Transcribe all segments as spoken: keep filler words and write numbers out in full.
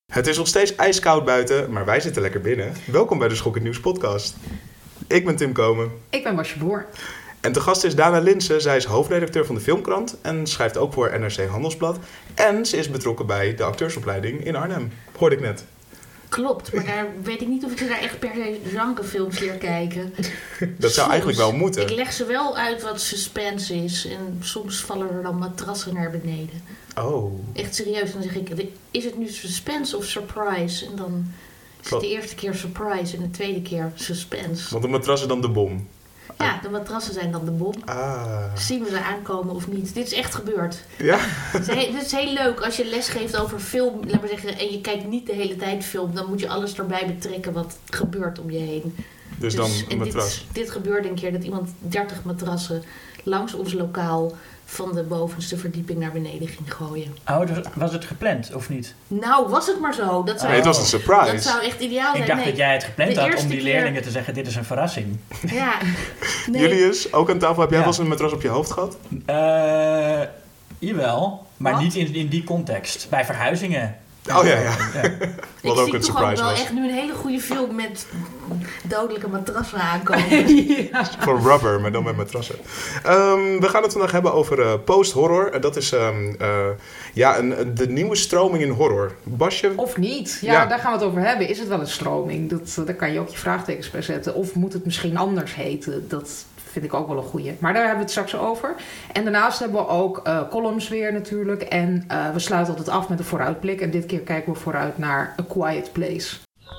Het is nog steeds ijskoud buiten, maar wij zitten lekker binnen. Welkom bij de Schokkend Nieuws podcast. Ik ben Tim Komen. Ik ben Basje Boer. En te gast is Dana Linssen. Zij is hoofdredacteur van de Filmkrant en schrijft ook voor N R C Handelsblad. En ze is betrokken bij de acteursopleiding in Arnhem. Hoorde ik net. Klopt, maar daar weet ik niet of ik ze daar echt per se genrefilms leer kijken. Dat soms, zou eigenlijk wel moeten. Ik leg ze wel uit wat suspense is en soms vallen er dan matrassen naar beneden. Oh. Echt serieus, dan zeg ik, is het nu suspense of surprise? En dan is het de eerste keer surprise en de tweede keer suspense. Want de matras is dan de bom. Ja, de matrassen zijn dan de bom. Ah. Zien we ze aankomen of niet? Dit is echt gebeurd. Ja? Het is, heel, het is heel leuk als je les geeft over film, laat maar zeggen, en je kijkt niet de hele tijd film, dan moet je alles erbij betrekken wat gebeurt om je heen. Dus, dus dan een matras. Dit, dit gebeurde een keer dat iemand dertig matrassen langs ons lokaal van de bovenste verdieping naar beneden ging gooien. Oh, was het gepland of niet? Nou, was het maar zo. Dat zou, nee, het was een surprise. Dat zou echt ideaal zijn. Ik dacht nee, dat jij het gepland had om die keer... leerlingen te zeggen, dit is een verrassing. Ja. Nee. Julius, ook aan tafel. Heb jij ja. wel eens een matras op je hoofd gehad? Uh, jawel, maar Wat? niet in, in die context. Bij verhuizingen. Oh ja, ja. ja. Ik ook zie een toch ook wel was. echt nu een hele goede film met dodelijke matrassen aankomen. Ja. Voor rubber, maar dan met matrassen. Um, we gaan het vandaag hebben over uh, post-horror. En dat is um, uh, ja, een, de nieuwe stroming in horror. Basje? Of niet. Ja, Ja. daar gaan we het over hebben. Is het wel een stroming? Dat, daar kan je ook je vraagtekens bij zetten. Of moet het misschien anders heten? Dat vind ik ook wel een goeie. Maar daar hebben we het straks over. En daarnaast hebben we ook uh, columns weer natuurlijk. En uh, we sluiten altijd af met een vooruitblik. En dit keer kijken we vooruit naar A Quiet Place.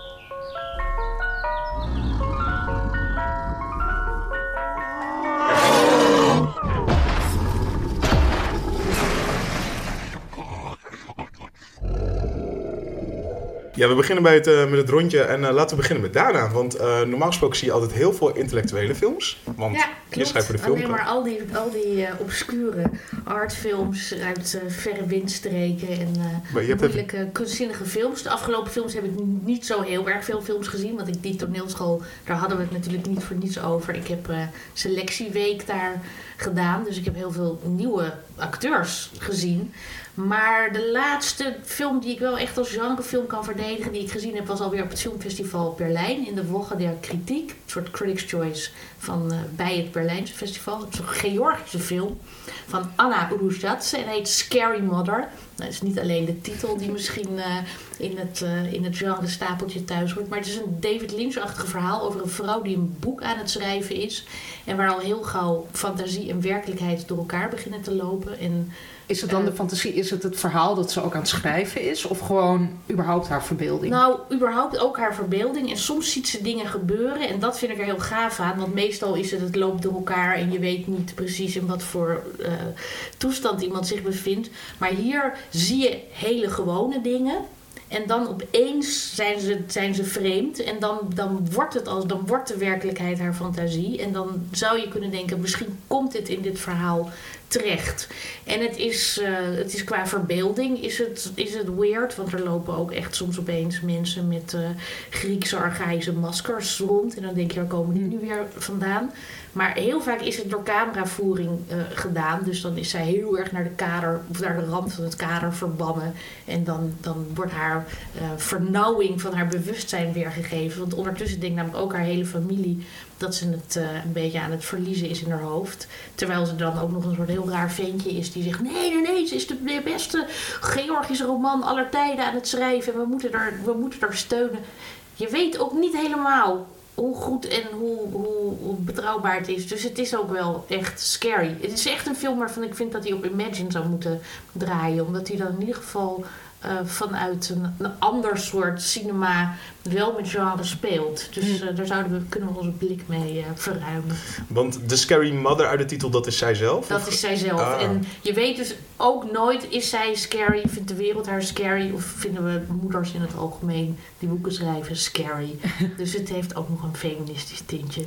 Ja, we beginnen bij het, uh, met het rondje en uh, laten we beginnen met Dana. Want uh, normaal gesproken zie je altijd heel veel intellectuele films. Want ja, je schrijft voor de film. Alleen maar al die, al die uh, obscure artfilms uit uh, verre windstreken en uh, moeilijke even... kunstzinnige films. De afgelopen films heb ik niet zo heel erg veel films gezien. Want ik die toneelschool, daar hadden we het natuurlijk niet voor niets over. Ik heb uh, selectieweek daar gedaan. Dus ik heb heel veel nieuwe acteurs gezien. Maar de laatste film die ik wel echt als genrefilm kan verdedigen, die ik gezien heb, was alweer op het filmfestival Berlijn in de Woche der Kritiek. Een soort Critics' Choice van, uh, bij het Berlijnse festival. Het is een Georgische film van Anna Uruzhatze en heet Scary Mother. Nou, het is niet alleen de titel die misschien uh, in het, uh, in het genre stapeltje thuis hoort, maar het is een David Lynch-achtig verhaal over een vrouw die een boek aan het schrijven is en waar al heel gauw fantasie en werkelijkheid door elkaar beginnen te lopen. En Is het dan de fantasie, is het het verhaal dat ze ook aan het schrijven is? Of gewoon überhaupt haar verbeelding? Nou, überhaupt ook haar verbeelding. En soms ziet ze dingen gebeuren. En dat vind ik er heel gaaf aan. Want meestal is het, het loopt door elkaar. En je weet niet precies in wat voor uh, toestand iemand zich bevindt. Maar hier zie je hele gewone dingen. En dan opeens zijn ze, zijn ze vreemd. En dan, dan, wordt het als, dan wordt de werkelijkheid haar fantasie. En dan zou je kunnen denken, misschien komt dit in dit verhaal terecht. En het is, uh, het is qua verbeelding is het, is het weird. Want er lopen ook echt soms opeens mensen met uh, Griekse archaïsche maskers rond. En dan denk je, waar komen die nu weer vandaan? Maar heel vaak is het door cameravoering uh, gedaan. Dus dan is zij heel erg naar de kader, of naar de rand van het kader verbannen. En dan, dan wordt haar uh, vernauwing van haar bewustzijn weergegeven. Want ondertussen denkt namelijk ook haar hele familie dat ze het uh, een beetje aan het verliezen is in haar hoofd. Terwijl ze dan ook nog een soort heel raar ventje is die zegt, nee, nee, nee, ze is de beste Georgische roman aller tijden aan het schrijven. En we moeten haar, we moeten haar steunen. Je weet ook niet helemaal hoe goed en hoe, hoe, hoe betrouwbaar het is. Dus het is ook wel echt scary. Het is echt een film waarvan ik vind dat hij op Imagine zou moeten draaien. Omdat hij dan in ieder geval uh, vanuit een, een ander soort cinema wel met genre speelt. Dus uh, daar zouden we, kunnen we onze blik mee uh, verruimen. Want de Scary Mother uit de titel, dat is zijzelf? Dat of? is zijzelf. Ah. En je weet dus ook nooit, is zij scary? Vindt de wereld haar scary? Of vinden we moeders in het algemeen die boeken schrijven scary? Dus het heeft ook nog een feministisch tintje.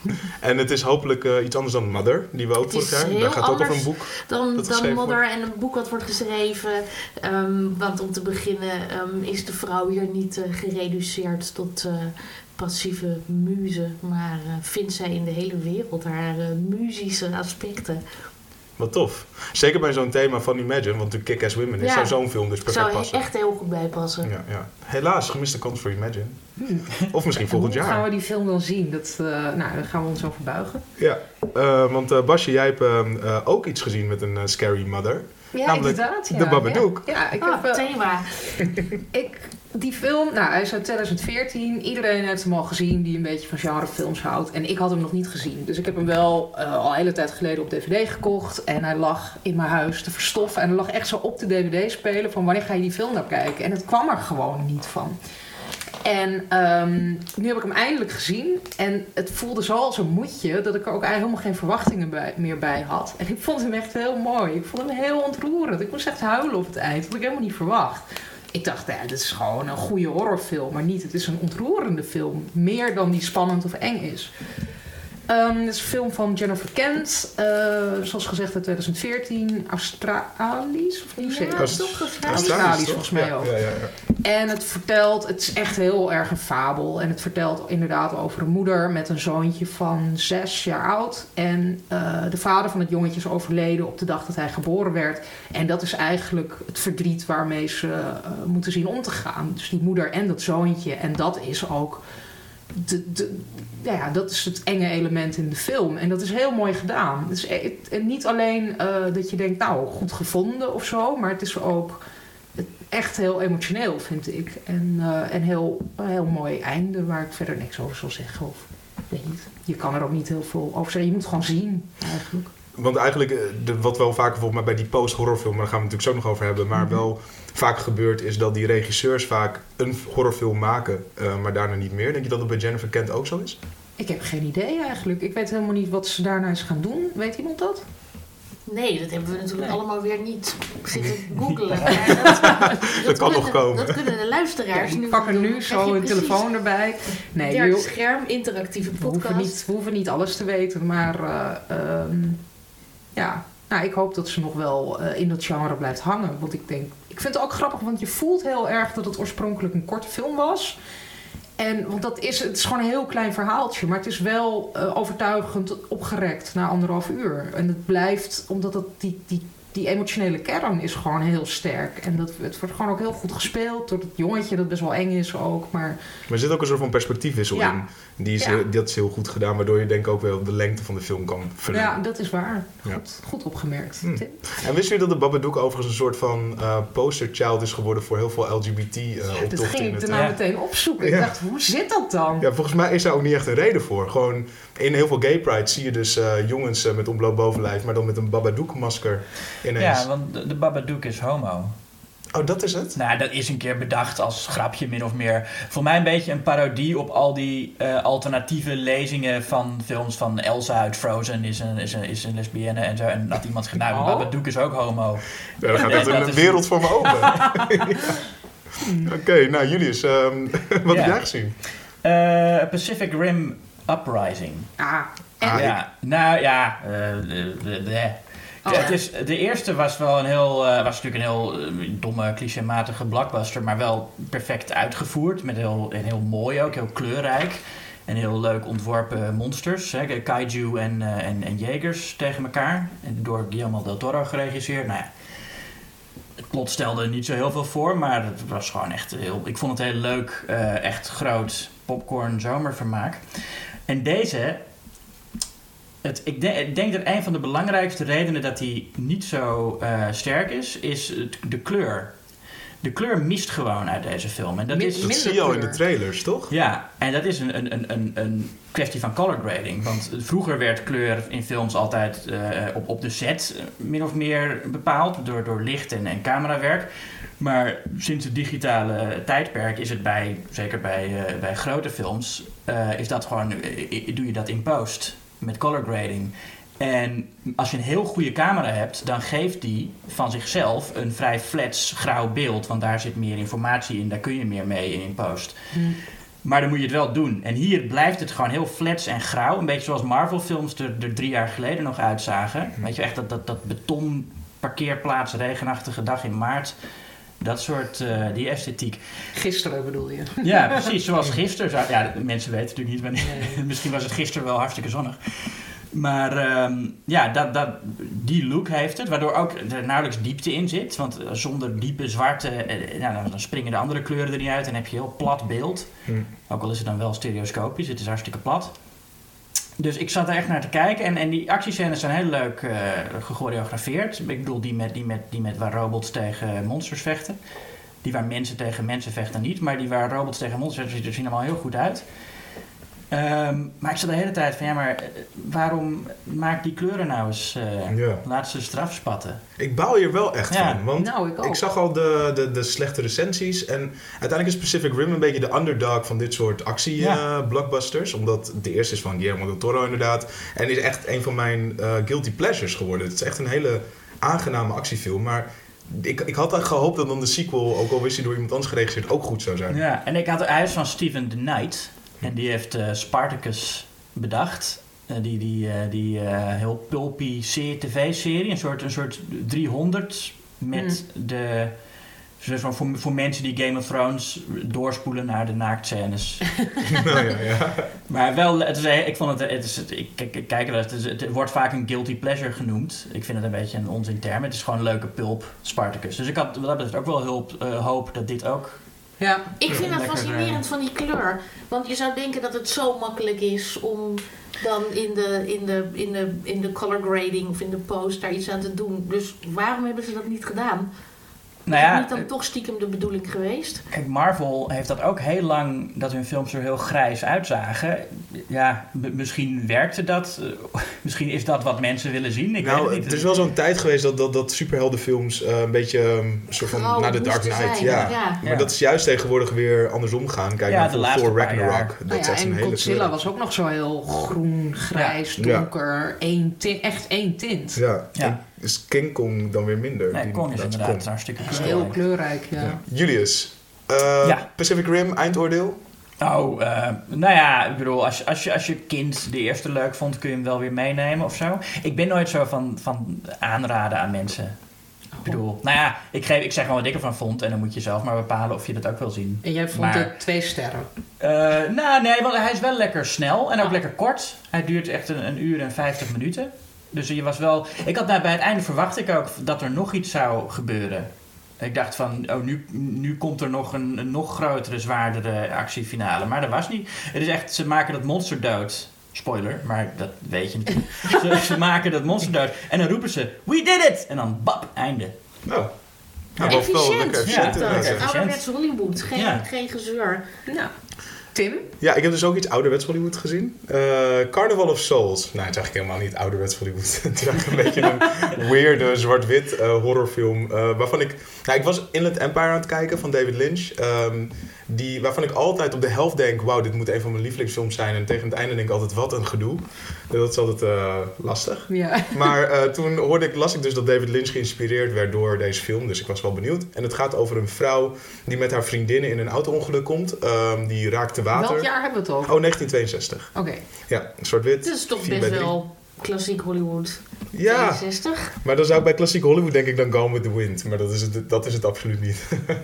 En het is hopelijk uh, iets anders dan Mother, die we ook vorig jaar. Daar gaat ook over een boek. Dan, dan Mother wordt. En een boek wat wordt geschreven. Um, want om te beginnen um, is de vrouw hier niet uh, gereduceerd tot uh, passieve muze. Maar uh, vindt zij in de hele wereld haar uh, muzische aspecten. Wat tof. Zeker bij zo'n thema van Imagine, want de Kick-Ass Women is, Ja. zou zo'n film dus perfect Zou er passen. echt heel goed bij passen. Ja, ja. Helaas, gemiste kans voor Imagine. Hmm. Of misschien volgend Hoe gaan jaar. we die film dan zien? Dat, uh, nou, daar gaan we ons over buigen. Ja, uh, want uh, Basje, jij hebt uh, uh, ook iets gezien met een uh, Scary Mother. Ja, Namelijk inderdaad. Ja. de Babadook. Ja, ja ik Ah, heb... Uh, thema. ik, die film, nou, hij is uit twintig veertien. Iedereen heeft hem al gezien die een beetje van genrefilms houdt. En ik had hem nog niet gezien. Dus ik heb hem wel uh, al een hele tijd geleden op D V D gekocht. En hij lag in mijn huis te verstoffen. En hij lag echt zo op de D V D-speler van wanneer ga je die film nou kijken? En het kwam er gewoon niet van. En um, nu heb ik hem eindelijk gezien. En het voelde zo als een moedje dat ik er ook eigenlijk helemaal geen verwachtingen bij, meer bij had. En ik vond hem echt heel mooi. Ik vond hem heel ontroerend. Ik moest echt huilen op het eind. Dat had ik helemaal niet verwacht. Ik dacht, ja, dit is gewoon een goede horrorfilm. Maar niet, het is een ontroerende film. Meer dan die spannend of eng is. Um, het is een film van Jennifer Kent. Uh, zoals gezegd uit twintig veertien. Australisch of Nieuw-Zeeland? Ja, toch gevraagd. Australisch volgens mij ja, ook. Ja, ja, ja. En het vertelt, het is echt heel erg een fabel. En het vertelt inderdaad over een moeder met een zoontje van zes jaar oud. En uh, de vader van het jongetje is overleden op de dag dat hij geboren werd. En dat is eigenlijk het verdriet waarmee ze uh, moeten zien om te gaan. Dus die moeder en dat zoontje. En dat is ook... De, de, ja, dat is het enge element in de film. En dat is heel mooi gedaan. Het is e- het, niet alleen uh, dat je denkt, nou, goed gevonden of zo. Maar het is ook echt heel emotioneel, vind ik. En, uh, en heel, een heel mooi einde waar ik verder niks over zal zeggen. Of, weet niet. Je kan er ook niet heel veel over zeggen. Je moet het gewoon zien, eigenlijk. Want eigenlijk, de, wat wel vaker volgens mij bij die post-horrorfilm, maar daar gaan we het natuurlijk zo nog over hebben, maar mm-hmm. wel vaak gebeurt is dat die regisseurs vaak een horrorfilm maken, uh, maar daarna niet meer. Denk je dat het bij Jennifer Kent ook zo is? Ik heb geen idee eigenlijk. Ik weet helemaal niet wat ze daarna eens gaan doen. Weet iemand dat? Nee, dat hebben we natuurlijk nee. allemaal weer niet zitten googlen. dat, dat, dat kan nog komen. Dat kunnen de luisteraars ja, nu. Pakken nu zo een telefoon erbij. Nee, derde scherm, interactieve podcast. We hoeven, niet, we hoeven niet alles te weten, maar uh, um, ja, nou, ik hoop dat ze nog wel uh, in dat genre blijft hangen. Want ik denk, ik vind het ook grappig, want je voelt heel erg dat het oorspronkelijk een korte film was. En, want dat is, het is gewoon een heel klein verhaaltje, maar het is wel uh, overtuigend opgerekt na anderhalf uur. En het blijft, omdat het die, die, die emotionele kern is gewoon heel sterk. En dat, het wordt gewoon ook heel goed gespeeld door het jongetje dat best wel eng is ook. Maar, maar er zit ook een soort van perspectiefwissel ja. in. Die is, ja. Dat is heel goed gedaan, waardoor je denk ik ook wel de lengte van de film kan verlengen. Ja, dat is waar. Goed, ja. goed opgemerkt. Hmm. En wist je dat de Babadook overigens een soort van uh, posterchild is geworden voor heel veel L G B T uh, ja, optochten? Dat ging ik daarna ja. meteen opzoeken. Ja. Ik dacht, hoe zit dat dan? Ja, volgens mij is daar ook niet echt een reden voor. Gewoon in heel veel gay pride zie je dus uh, jongens uh, met ontbloot bovenlijf, maar dan met een Babadook-masker ineens. Ja, want de, de Babadook is homo. Oh, dat is het? Nou, dat is een keer bedacht als grapje, min of meer. Voor mij een beetje een parodie op al die uh, alternatieve lezingen van films van Elsa uit Frozen is een, is een, is een lesbienne en zo. En dat iemand gedaan, oh. Babadook is ook homo. Ja, dan gaat echt een, een wereld voor me open. ja. Oké, okay, nou Julius, um, wat ja. heb jij gezien? Uh, Pacific Rim Uprising. Ah, en? Ja, nou ja, uh, de, de, Oh, ja. Het is, de eerste was wel een heel, uh, was natuurlijk een heel uh, domme, clichématige blockbuster, maar wel perfect uitgevoerd. Met heel, en heel mooi ook, heel kleurrijk. En heel leuk ontworpen monsters. Hè, kaiju en, uh, en, en jegers tegen elkaar. En door Guillermo del Toro geregisseerd. Nou ja, het plot stelde niet zo heel veel voor, maar het was gewoon echt heel... Ik vond het heel leuk, uh, echt groot popcorn zomervermaak. En deze... Het, ik, de, ik denk dat een van de belangrijkste redenen dat hij niet zo uh, sterk is, is het, de kleur. De kleur mist gewoon uit deze film. En dat, Min, is, dat zie je al in de trailers, toch? Ja, en dat is een, een, een, een kwestie van color grading. Want vroeger werd kleur in films altijd uh, op, op de set min of meer bepaald door, door licht en, en camerawerk. Maar sinds het digitale tijdperk is het bij, zeker bij, uh, bij grote films, uh, is dat gewoon, uh, doe je dat in post. Met color grading. En als je een heel goede camera hebt, dan geeft die van zichzelf een vrij flats grauw beeld. Want daar zit meer informatie in, daar kun je meer mee in post. Hmm. Maar dan moet je het wel doen. En hier blijft het gewoon heel flats en grauw. Een beetje zoals Marvel films er, er drie jaar geleden nog uitzagen. Hmm. Weet je, echt dat, dat, dat beton parkeerplaats, regenachtige dag in maart. Dat soort, uh, die esthetiek. Gisteren bedoel je? Ja, precies. Zoals gisteren. Ja, mensen weten natuurlijk niet wanneer. Nee. Misschien was het gisteren wel hartstikke zonnig. Maar um, ja, dat, dat, die look heeft het, waardoor ook er nauwelijks diepte in zit. Want zonder diepe zwarte, eh, nou, dan springen de andere kleuren er niet uit en heb je een heel plat beeld. Hmm. Ook al is het dan wel stereoscopisch, het is hartstikke plat. Dus ik zat er echt naar te kijken en, en die actiescènes zijn heel leuk uh, gechoreografeerd. Ik bedoel, die met, die, met, die met waar robots tegen monsters vechten. Die waar mensen tegen mensen vechten niet, maar die waar robots tegen monsters vechten, zien er allemaal heel goed uit. Um, maar ik zat de hele tijd van, ja, maar waarom maak die kleuren nou eens, uh, ja. laat ze straf spatten? Ik baal hier wel echt ja. van, want nou, ik, ik zag al de, de, de slechte recensies en uiteindelijk is Pacific Rim een beetje de underdog van dit soort actie-blockbusters, ja. uh, omdat de eerste is van Guillermo del Toro inderdaad en is echt een van mijn uh, guilty pleasures geworden. Het is echt een hele aangename actiefilm, maar Ik, ik had gehoopt dat dan de sequel, ook al wist hij door iemand anders geregisseerd, ook goed zou zijn. Ja, en ik had hij is van Steven Knight. En die heeft uh, Spartacus bedacht. Uh, die die, uh, die uh, heel pulpy tv-serie. Een soort, een soort driehonderd met mm. de... Dus voor, voor mensen die Game of Thrones doorspoelen naar de naaktscènes. Nou ja, ja. Maar wel, het is, ik vond het, het is, ik, ik, ik kijk er wel, het, is, het wordt vaak een guilty pleasure genoemd. Ik vind het een beetje een onzin term. Het is gewoon een leuke pulp, Spartacus. Dus ik had wat dat betreft ook wel hulp, uh, hoop dat dit ook... Ja. Ik vind het fascinerend uh, van die kleur. Want je zou denken dat het zo makkelijk is om dan in de, in de, in de, in de color grading of in de post daar iets aan te doen. Dus waarom hebben ze dat niet gedaan? Nou ja, is het niet dan toch stiekem de bedoeling geweest? Kijk, Marvel heeft dat ook heel lang, dat hun films er heel grijs uitzagen. Ja, m- misschien werkte dat. Uh, misschien is dat wat mensen willen zien. Ik nou, weet het niet. Er is wel zo'n tijd geweest dat, dat, dat superheldenfilms uh, een beetje um, soort van oh, naar de Dark Knight. Ja. Ja. Maar ja. dat is juist tegenwoordig weer andersom gaan. Kijk ja, naar Thor Ragnarok. Dat nou ja, is en een hele Godzilla kleur. was ook nog zo heel groen, grijs, ja. donker. Één tint, echt één tint. Ja. ja. Is King Kong dan weer minder? Nee, Kong is inderdaad Kong. hartstikke kleurrijk. Heel kleurrijk, ja. ja. Julius, uh, ja. Pacific Rim, eindoordeel? Oh, uh, nou ja, ik bedoel, als, als, je, als je kind de eerste leuk vond, kun je hem wel weer meenemen of zo. Ik ben nooit zo van, van aanraden aan mensen. Ik bedoel, nou ja, ik, geef, ik zeg gewoon wat ik ervan vond en dan moet je zelf maar bepalen of je dat ook wil zien. En jij vond maar, het twee sterren? Uh, nou, nee, want hij is wel lekker snel en ook oh. lekker kort. Hij duurt echt een, een uur en vijftig minuten. Dus je was wel... Ik had daar bij het einde verwacht ik ook dat er nog iets zou gebeuren. Ik dacht van, oh, nu, nu komt er nog een, een nog grotere, zwaardere actiefinale. Maar dat was niet. Het is echt, ze maken dat monster dood. Spoiler, maar dat weet je natuurlijk. ze, ze maken dat monster dood. En dan roepen ze, we did it! En dan, bap, einde. Oh. Ja, efficiënt. efficiënt. Ja, ja, ja. Ouderwets Hollywood, geen, ja. geen gezeur. Nou. Tim? Ja, ik heb dus ook iets ouderwets Hollywood gezien. Uh, Carnival of Souls. Nou, het is eigenlijk helemaal niet ouderwets Hollywood. Het is eigenlijk een beetje een weirde zwart-wit uh, horrorfilm. Uh, waarvan ik... Nou, ik was Inland Empire aan het kijken van David Lynch. Um, die, waarvan ik altijd op de helft denk... Wauw, dit moet een van mijn lievelingsfilms zijn. En tegen het einde denk ik altijd, wat een gedoe. Dat is altijd uh, lastig. Ja. Maar uh, toen hoorde ik, las ik dus dat David Lynch geïnspireerd werd door deze film. Dus ik was wel benieuwd. En het gaat over een vrouw die met haar vriendinnen in een auto-ongeluk komt. Um, die raakt te water. Welk jaar hebben we het over? Oh, negentien tweeënzestig. Oké. Okay. Ja, zwart-wit. Dat is toch best wel klassiek Hollywood. Ja, tweeënzestig. Maar dan zou ik bij klassiek Hollywood denk ik dan Gone with the Wind. Maar dat is het, dat is het absoluut niet.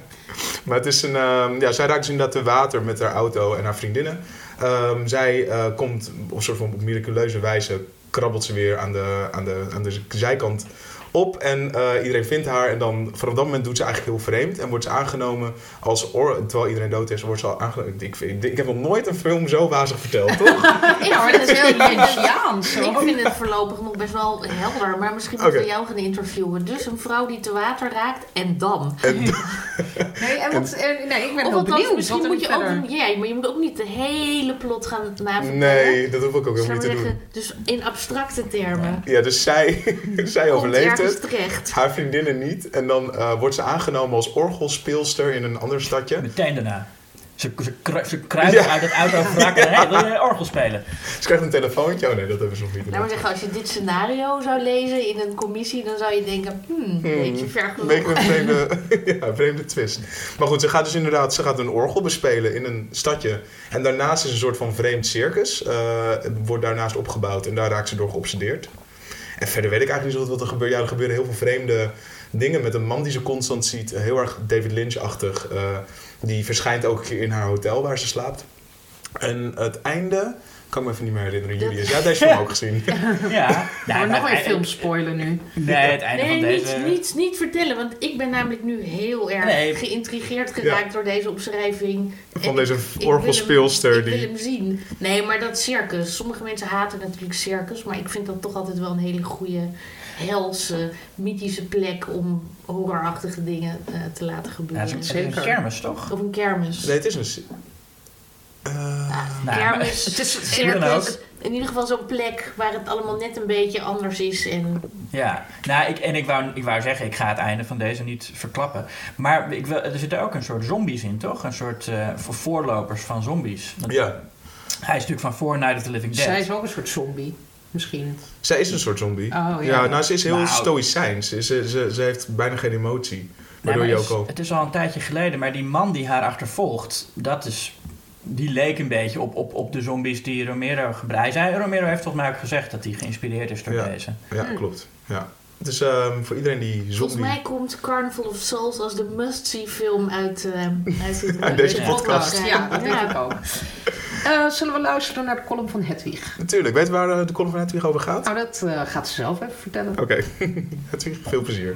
Maar het is een... Um, ja, zij raakt dus inderdaad te water met haar auto en haar vriendinnen. Um, zij uh, komt op een soort van op miraculeuze wijze... krabbelt ze weer aan de, aan de, aan de zijkant op en uh, iedereen vindt haar. En dan vanaf dat moment doet ze eigenlijk heel vreemd. En wordt ze aangenomen als... Or- terwijl iedereen dood is, wordt ze al aangenomen... Ik, vind, ik heb nog nooit een film zo wazig verteld, toch? Ik vind het heel Lynchiaans. Ik vind het voorlopig nog best wel helder. Maar misschien moeten okay. we jou gaan interviewen. Dus een vrouw die te water raakt en dan. En dan. Nee, en wat, nee, ik ben wel benieuwd. Misschien moet je ook... Ja, maar je moet ook niet de hele plot gaan navertellen. Nee, dat hoef ik ook helemaal niet te zeggen, doen. Dus in abstracte termen. Ja, dus zij, zij overleeft het. Terecht. Haar vriendinnen niet. En dan uh, wordt ze aangenomen als orgelspeelster in een ander stadje. Meteen daarna. Ze, ze, kru- ze kruipen ja. uit het autovrak en hey, wil je orgel spelen? Ze krijgt een telefoontje. Oh nee, dat hebben ze nog niet. Nou, maar zeggen, als je dit scenario zou lezen in een commissie, dan zou je denken, hmm, een hmm, beetje ver genoeg. Een vreemde, ja, vreemde twist. Maar goed, ze gaat dus inderdaad, ze gaat een orgel bespelen in een stadje. En daarnaast is een soort van vreemd circus. Uh, het wordt daarnaast opgebouwd en daar raakt ze door geobsedeerd. En verder weet ik eigenlijk niet zo wat er gebeurt. Ja, er gebeuren heel veel vreemde dingen met een man die ze constant ziet. Heel erg David Lynch-achtig. Uh, die verschijnt ook een keer in haar hotel waar ze slaapt. En het einde... kan ik me even niet meer herinneren. Julius, jij hebt deze film ook gezien. Ja. Maar nog een film spoilen nu. Nee, het einde Nee, van deze... niet, niet, niet vertellen, want ik ben namelijk nu heel erg Nee. geïntrigeerd geraakt Ja. door deze omschrijving. Van En deze ik- ik orgelspeelster wil hem- die- Ik wil hem zien. Nee, maar dat circus. Sommige mensen haten natuurlijk circus, maar ik vind dat toch altijd wel een hele goede, helse, mythische plek om horrorachtige dingen uh, te laten Ja, gebeuren. het is een Zeker. kermis, toch? Of een kermis. Nee, het is een... si- Uh, Ah, Nou, kermis, het is- circus, hoe dan ook. in ieder geval zo'n plek waar het allemaal net een beetje anders is. En Ja, nou, ik, en ik wou, ik wou zeggen, ik ga het einde van deze niet verklappen. Maar ik wil, er zitten ook een soort zombies in, toch? Een soort uh, voorlopers van zombies. Want ja. hij is natuurlijk van voor Night of the Living Dead. Zij is ook een soort zombie. Misschien. Zij is een soort zombie. Oh, ja. ja, nou, ze is heel Nou. stoïcijns. Ze, ze, ze, ze heeft bijna geen emotie. Nee, Waardoor maar je is- ook al... Het is al een tijdje geleden, maar die man die haar achtervolgt, dat is... Die leek een beetje op, op, op de zombies die Romero gebruikt. Hij, Romero heeft volgens mij ook gezegd dat hij geïnspireerd is door Ja. deze. Ja, klopt. Ja. Het is um, voor iedereen die zombie... volgens mij komt Carnival of Souls als de must-see film uit, uh, uit, dit- Uit deze dit podcast. zijn. Ja, dat denk ik ook. Uh, zullen we luisteren naar de column van Hedwig? Natuurlijk. Weet je waar uh, de column van Hedwig over gaat? Nou, dat uh, gaat ze zelf even vertellen. Oké. Okay. Hedwig, veel plezier.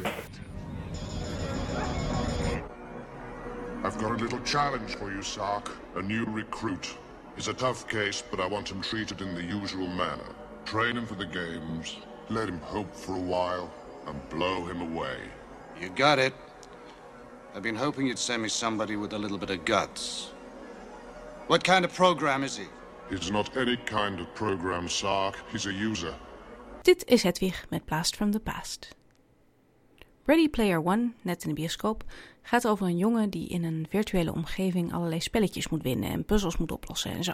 I've got a little challenge for you, Sark. A new recruit. It's a tough case, but I want him treated in the usual manner. Train him for the games, let him hope for a while, and blow him away. You got it. I've been hoping you'd send me somebody with a little bit of guts. What kind of program is he? He's not any kind of program, Sark. He's a user. Dit is Hedwig met Blast from the Past. Ready Player One, net in de bioscoop, gaat over een jongen die in een virtuele omgeving allerlei spelletjes moet winnen en puzzels moet oplossen en zo.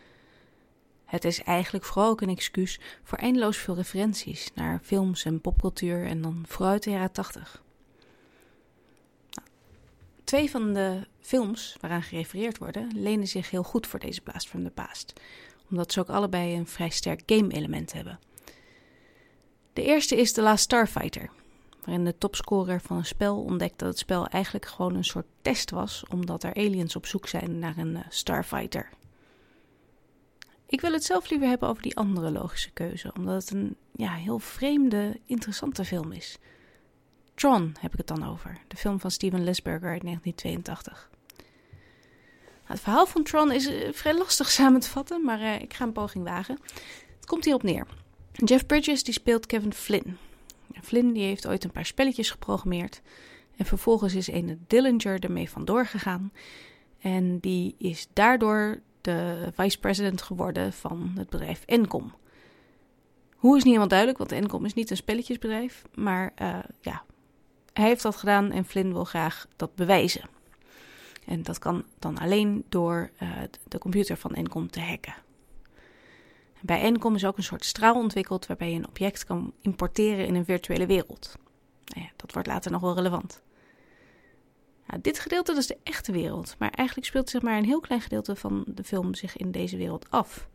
Het is eigenlijk vooral ook een excuus voor eindeloos veel referenties naar films en popcultuur en dan vooruit de jaren tachtig. Nou, twee van de films waaraan gerefereerd worden lenen zich heel goed voor deze Blast from the Past, omdat ze ook allebei een vrij sterk game-element hebben. De eerste is The Last Starfighter, waarin de topscorer van een spel ontdekt dat het spel eigenlijk gewoon een soort test was, omdat er aliens op zoek zijn naar een uh, Starfighter. Ik wil het zelf liever hebben over die andere logische keuze, omdat het een ja, heel vreemde, interessante film is. Tron heb ik het dan over, de film van Steven Lisberger uit negentien tweeëntachtig. Nou, het verhaal van Tron is uh, vrij lastig samen te vatten, maar uh, ik ga een poging wagen. Het komt hierop neer. Jeff Bridges die speelt Kevin Flynn. Flynn die heeft ooit een paar spelletjes geprogrammeerd. En vervolgens is een Dillinger ermee vandoor gegaan. En die is daardoor de vice-president geworden van het bedrijf Encom. Hoe is niet helemaal duidelijk, want Encom is niet een spelletjesbedrijf. Maar uh, ja, hij heeft dat gedaan en Flynn wil graag dat bewijzen. En dat kan dan alleen door uh, de computer van Encom te hacken. Bij Encom is ook een soort straal ontwikkeld waarbij je een object kan importeren in een virtuele wereld. Nou ja, dat wordt later nog wel relevant. Nou, dit gedeelte dat is de echte wereld, maar eigenlijk speelt zich maar een heel klein gedeelte van de film zich in deze wereld af.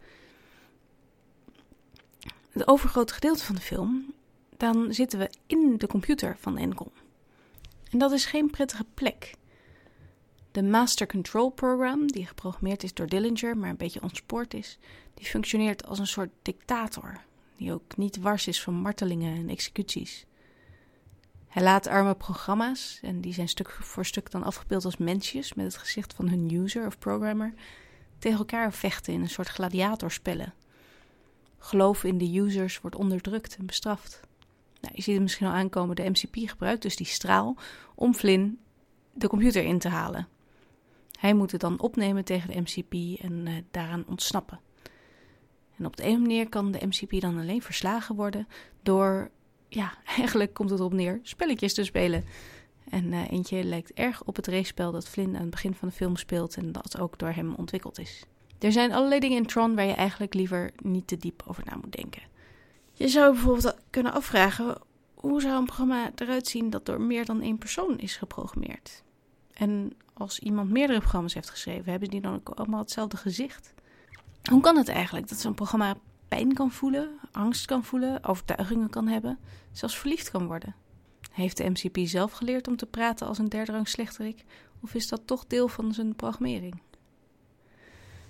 Het overgrote gedeelte van de film, dan zitten we in de computer van Encom. En dat is geen prettige plek. De Master Control Program, die geprogrammeerd is door Dillinger, maar een beetje ontspoord is, die functioneert als een soort dictator, die ook niet wars is van martelingen en executies. Hij laat arme programma's, en die zijn stuk voor stuk dan afgebeeld als mensjes met het gezicht van hun user of programmer, tegen elkaar vechten in een soort gladiatorspellen. Geloof in de users wordt onderdrukt en bestraft. Nou, je ziet het misschien al aankomen, de M C P gebruikt dus die straal om Flynn de computer in te halen. Hij moet het dan opnemen tegen de M C P en uh, daaraan ontsnappen. En op de een manier kan de M C P dan alleen verslagen worden door, ja, eigenlijk komt het erop neer, spelletjes te spelen. En uh, eentje lijkt erg op het racespel dat Flynn aan het begin van de film speelt en dat ook door hem ontwikkeld is. Er zijn allerlei dingen in Tron waar je eigenlijk liever niet te diep over na moet denken. Je zou bijvoorbeeld kunnen afvragen, hoe zou een programma eruit zien dat door meer dan één persoon is geprogrammeerd? En als iemand meerdere programma's heeft geschreven, hebben die dan ook allemaal hetzelfde gezicht? Hoe kan het eigenlijk dat zo'n programma pijn kan voelen, angst kan voelen, overtuigingen kan hebben, zelfs verliefd kan worden? Heeft de M C P zelf geleerd om te praten als een derde rang slechterik, of is dat toch deel van zijn programmering? Toch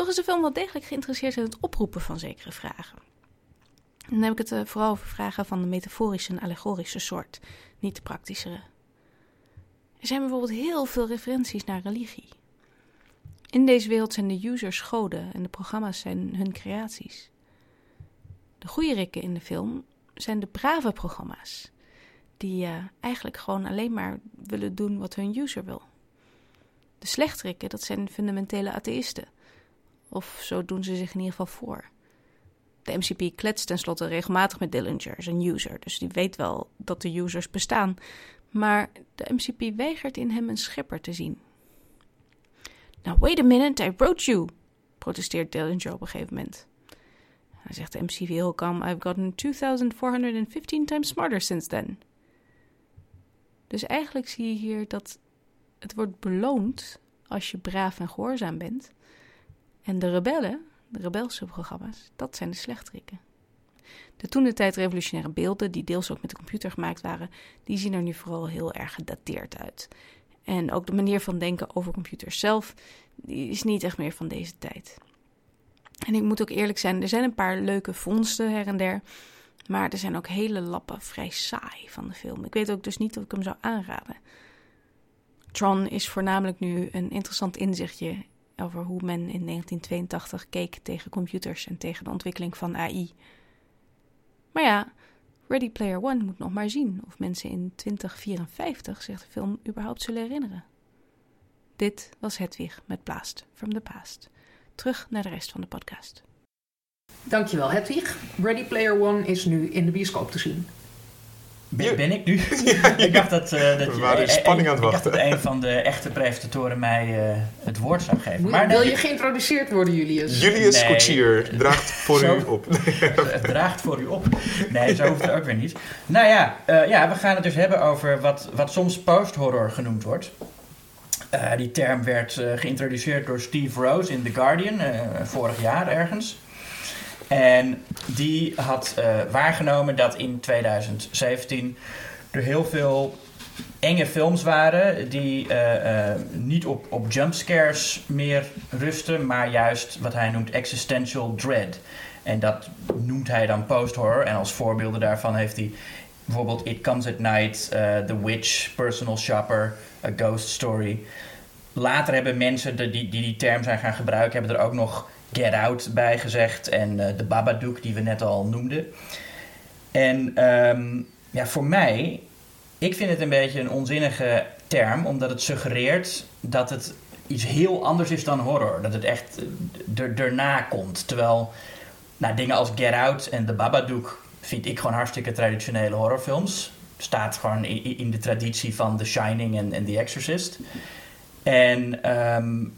Toch is de film wel degelijk geïnteresseerd in het oproepen van zekere vragen. En dan heb ik het uh, vooral over vragen van de metaforische en allegorische soort, niet de praktischere. Er zijn bijvoorbeeld heel veel referenties naar religie. In deze wereld zijn de users goden en de programma's zijn hun creaties. De goede rikken in de film zijn de brave programma's, die uh, eigenlijk gewoon alleen maar willen doen wat hun user wil. De slechterikken, dat zijn fundamentele atheïsten. Of zo doen ze zich in ieder geval voor. De M C P kletst tenslotte regelmatig met Dillinger, zijn user, dus die weet wel dat de users bestaan. Maar de M C P weigert in hem een schepper te zien. Now wait a minute, I wrote you, protesteert Dillinger op een gegeven moment. Hij zegt de M C P heel kalm, I've gotten two thousand four hundred fifteen times smarter since then. Dus eigenlijk zie je hier dat het wordt beloond als je braaf en gehoorzaam bent. En de rebellen, de rebelse programma's, dat zijn de slechterikken. De toentertijd revolutionaire beelden, die deels ook met de computer gemaakt waren, die zien er nu vooral heel erg gedateerd uit. En ook de manier van denken over computers zelf, die is niet echt meer van deze tijd. En ik moet ook eerlijk zijn, er zijn een paar leuke vondsten her en der, maar er zijn ook hele lappen vrij saai van de film. Ik weet ook dus niet of ik hem zou aanraden. Tron is voornamelijk nu een interessant inzichtje over hoe men in negentien tweeëntachtig keek tegen computers en tegen de ontwikkeling van A I. Maar ja, Ready Player One moet nog maar zien of mensen in twintig vierenvijftig zich de film überhaupt zullen herinneren. Dit was Hedwig met Blast from the Past. Terug naar de rest van de podcast. Dankjewel Hedwig. Ready Player One is nu in de bioscoop te zien. Ben, ben ik nu? Ja, ik dacht dat, uh, dat we waren in spanning aan het wachten. Ik dacht dat een van de echte presentatoren mij uh, het woord zou geven. Moet, maar wil nee, je geïntroduceerd worden, Julius? Julius nee, Koetsier draagt voor zo, u op. Het draagt voor u op. Nee, zo hoeft het ook weer niet. Nou ja, uh, ja, we gaan het dus hebben over wat, wat soms post-horror genoemd wordt. Uh, die term werd uh, geïntroduceerd door Steve Rose in The Guardian, uh, vorig jaar ergens. En die had uh, waargenomen dat in tweeduizend zeventien er heel veel enge films waren die uh, uh, niet op, op jumpscares meer rusten, maar juist wat hij noemt existential dread. En dat noemt hij dan post-horror. En als voorbeelden daarvan heeft hij bijvoorbeeld It Comes at Night, uh, The Witch, Personal Shopper, A Ghost Story. Later hebben mensen die die, die die term zijn gaan gebruiken, hebben er ook nog Get Out bij gezegd en uh, de Babadook die we net al noemden. En um, ja, voor mij, ik vind het een beetje een onzinnige term, omdat het suggereert dat het iets heel anders is dan horror. Dat het echt er, erna komt. Terwijl nou, dingen als Get Out en de Babadook vind ik gewoon hartstikke traditionele horrorfilms. Staat gewoon in, in de traditie van The Shining en, en The Exorcist. En um,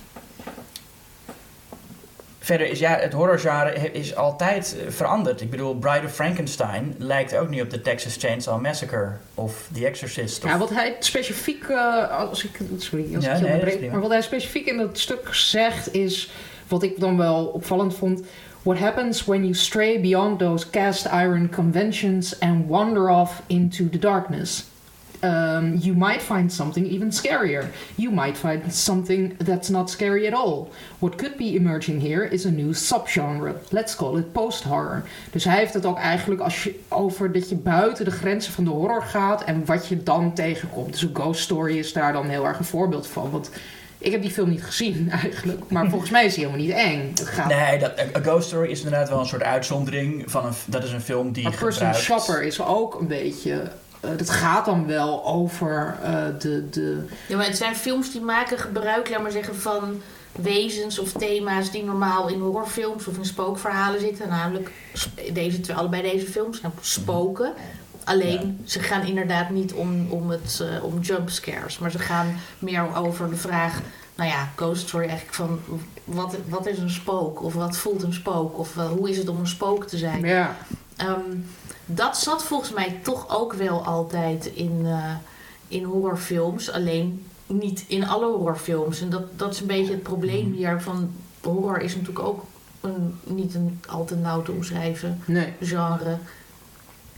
verder is ja, het horrorgenre is altijd veranderd. Ik bedoel, Bride of Frankenstein lijkt ook niet op de Texas Chainsaw Massacre of The Exorcist. Of... Ja, wat hij specifiek, uh, als ik, sorry, als ja, ik je nee, onderbreek, maar wat hij specifiek in dat stuk zegt is, wat ik dan wel opvallend vond. What happens when you stray beyond those cast iron conventions and wander off into the darkness? Um, you might find something even scarier. You might find something that's not scary at all. What could be emerging here is a new subgenre. Let's call it post-horror. Dus hij heeft het ook eigenlijk als je, over dat je buiten de grenzen van de horror gaat en wat je dan tegenkomt. Dus een Ghost Story is daar dan heel erg een voorbeeld van. Want ik heb die film niet gezien eigenlijk, maar volgens mij is die helemaal niet eng. Het gaat... Nee, dat, A Ghost Story is inderdaad wel een soort uitzondering. Van een, dat is een film die A gebruikt... Personal Shopper is ook een beetje... Uh, dat gaat dan wel over uh, de, de... Ja, maar het zijn films die maken gebruik, laat maar zeggen, van wezens of thema's die normaal in horrorfilms of in spookverhalen zitten. Namelijk deze twee, allebei deze films, namelijk spoken. Alleen, ja. Ze gaan inderdaad niet om, om, het, uh, om jumpscares, maar ze gaan meer over de vraag, nou ja, Ghost Story eigenlijk van wat, wat is een spook? Of wat voelt een spook? Of uh, hoe is het om een spook te zijn? Ja. Um, dat zat volgens mij toch ook wel altijd in, uh, in horrorfilms. Alleen niet in alle horrorfilms. En dat, dat is een beetje het probleem hier. Van horror is natuurlijk ook een, niet een al te nauw te omschrijven nee. genre.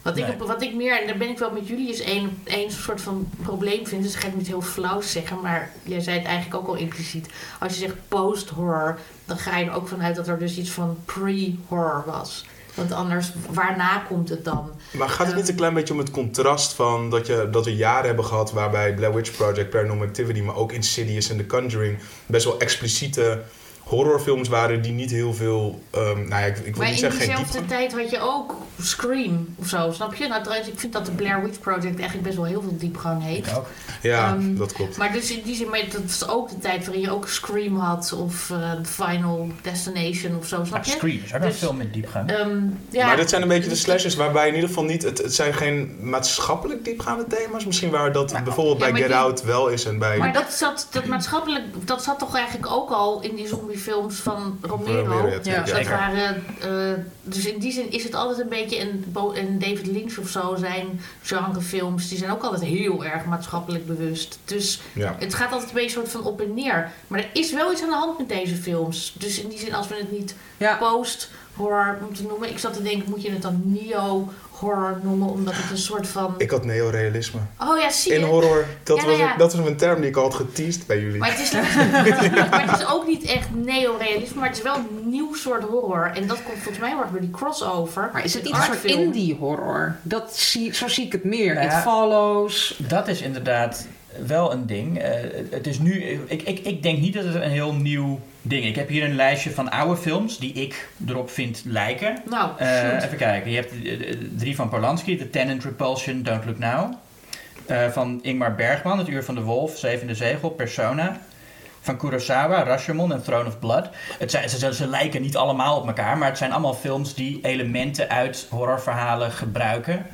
Wat, Nee. ik, wat ik meer, en daar ben ik wel met jullie, is één, één soort van probleem vind. Dus dat ga ik niet heel flauw zeggen, maar jij zei het eigenlijk ook al impliciet. Als je zegt post-horror, dan ga je er ook vanuit dat er dus iets van pre-horror was. Want anders, waarna komt het dan? Maar gaat het niet een klein beetje om het contrast van dat, je, dat we jaren hebben gehad waarbij Blair Witch Project, Paranormal Activity, maar ook Insidious en The Conjuring best wel expliciete horrorfilms waren die niet heel veel, um, nou ja, ik, ik wil Maar niet in zeggen geen diezelfde diepgang. tijd had je ook Scream of zo, snap je? Nou, trouwens, ik vind dat de Blair Witch Project eigenlijk best wel heel veel diepgang heeft. Ik ook. Ja, Um, dat klopt. Maar dus in die zin, maar dat was ook de tijd waarin je ook Scream had of uh, Final Destination of zo, snap Maar je? Scream is ook een Dus, film met diepgang. Um, ja, Maar dit zijn een beetje de slashers waarbij in ieder geval niet, het, het zijn geen maatschappelijk diepgaande thema's. Misschien waar dat Maar- bijvoorbeeld ja, bij maar Get die- Out wel is en bij... Maar dat zat, dat maatschappelijk, dat zat toch eigenlijk ook al in die zombiefilms van Romero. Romero, ja, tuurlijk, Ja, ja. Dat waren, uh, dus in die zin is het altijd een beetje, en, Bo- en David Lynch of zo, zijn genrefilms, die zijn ook altijd heel erg maatschappelijk bewust. Dus Ja. het gaat altijd een beetje soort van op en neer. Maar er is wel iets aan de hand met deze films. Dus in die zin, als we het niet Ja. post-horror moeten noemen, ik zat te denken, moet je het dan neo-horror noemen, omdat het een soort van... Ik had neorealisme. Oh ja, zie je. In horror, dat, Ja, nou was, ja. een- dat was een term die ik al had geteased bij jullie. Maar het, is niet, maar het is ook niet echt neorealisme, maar het is wel een nieuw soort horror. En dat komt volgens mij heel erg door die crossover. Maar is het Met niet een soort artfilm. indie horror? Dat zie, zo zie ik het meer. Nou ja. It Follows. Dat is inderdaad wel een ding. Uh, het is nu, ik, ik, ik denk niet dat het een heel nieuw ding is. Ik heb hier een lijstje van oude films die ik erop vind lijken. Nou, Uh, shoot. even kijken. Je hebt uh, drie van Polanski. The Tenant, Repulsion, Don't Look Now. Uh, van Ingmar Bergman, Het Uur van de Wolf, Zevende Zegel, Persona. Van Kurosawa, Rashomon en Throne of Blood. Het zijn, ze, ze lijken niet allemaal op elkaar, maar het zijn allemaal films die elementen uit horrorverhalen gebruiken.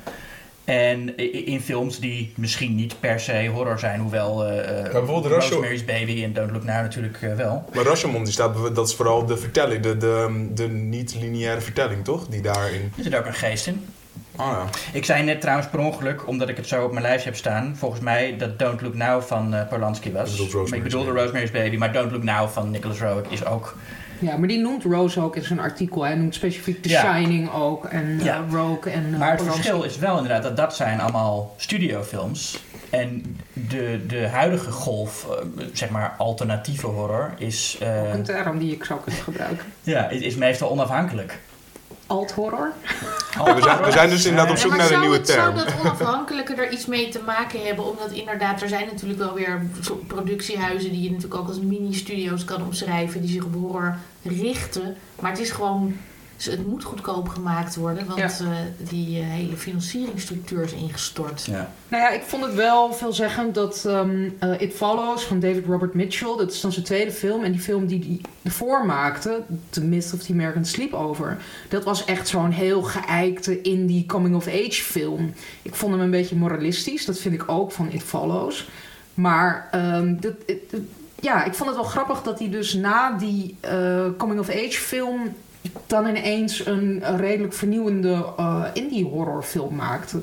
En in films die misschien niet per se horror zijn, hoewel uh, bijvoorbeeld Rasho- Rosemary's Baby en Don't Look Now natuurlijk uh, wel. Maar Rashomon, die staat, dat is vooral de vertelling, de, de, de niet-lineaire vertelling, toch? Die daarin... Er zit ook een geest in. Oh ja. Ik zei net trouwens per ongeluk, omdat ik het zo op mijn lijstje heb staan, volgens mij dat Don't Look Now van uh, Polanski was. Je bedoelt Rosemary's Maar ik bedoelde Baby. Rosemary's Baby, maar Don't Look Now van Nicholas Roeg is ook... Ja, maar die noemt Rose ook in zijn artikel. Hij noemt specifiek The Ja. Shining ook. En uh, Ja. Rogue en uh, Maar het Polanski. verschil is wel inderdaad dat dat zijn allemaal studiofilms. En de, de huidige golf, uh, zeg maar alternatieve horror, is, uh, Ook een term die ik zou kunnen gebruiken. ja, is, is meestal onafhankelijk. Alt-horror. Ja, we, zijn, we zijn dus inderdaad op Ja, zoek maar naar een zou nieuwe het, zou term. dat onafhankelijke er iets mee te maken hebben? Omdat inderdaad, er zijn natuurlijk wel weer zo- productiehuizen die je natuurlijk ook als mini-studio's kan omschrijven, die zich op horror richten. Maar het is gewoon, het moet goedkoop gemaakt worden, want Ja. uh, die uh, hele financieringsstructuur is ingestort. Ja. Nou ja, ik vond het wel veelzeggend dat um, uh, It Follows van David Robert Mitchell, dat is dan zijn tweede film. En die film die hij ervoor maakte, The Myth of the American Sleepover, dat was echt zo'n heel geëikte indie coming-of-age film. Ik vond hem een beetje moralistisch, dat vind ik ook van It Follows. Maar um, dat, het- het- ja, ik vond het wel grappig dat hij dus na die uh, coming-of-age film dan ineens een, een redelijk vernieuwende uh, indie horrorfilm maakte.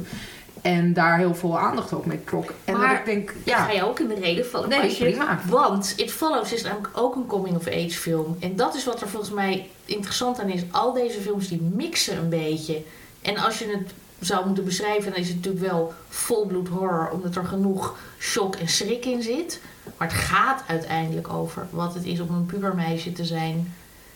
En daar heel veel aandacht ook mee trok. En Maar dat ik denk, Ik ja, ga je ook in de reden vallen. Nee, maar als je- prima. Want It Follows is namelijk ook een coming-of-age film. En dat is wat er volgens mij interessant aan is. Al deze films die mixen een beetje. En als je het zou moeten beschrijven, dan is het natuurlijk wel volbloed horror. Omdat er genoeg shock en schrik in zit. Maar het gaat uiteindelijk over wat het is om een pubermeisje te zijn.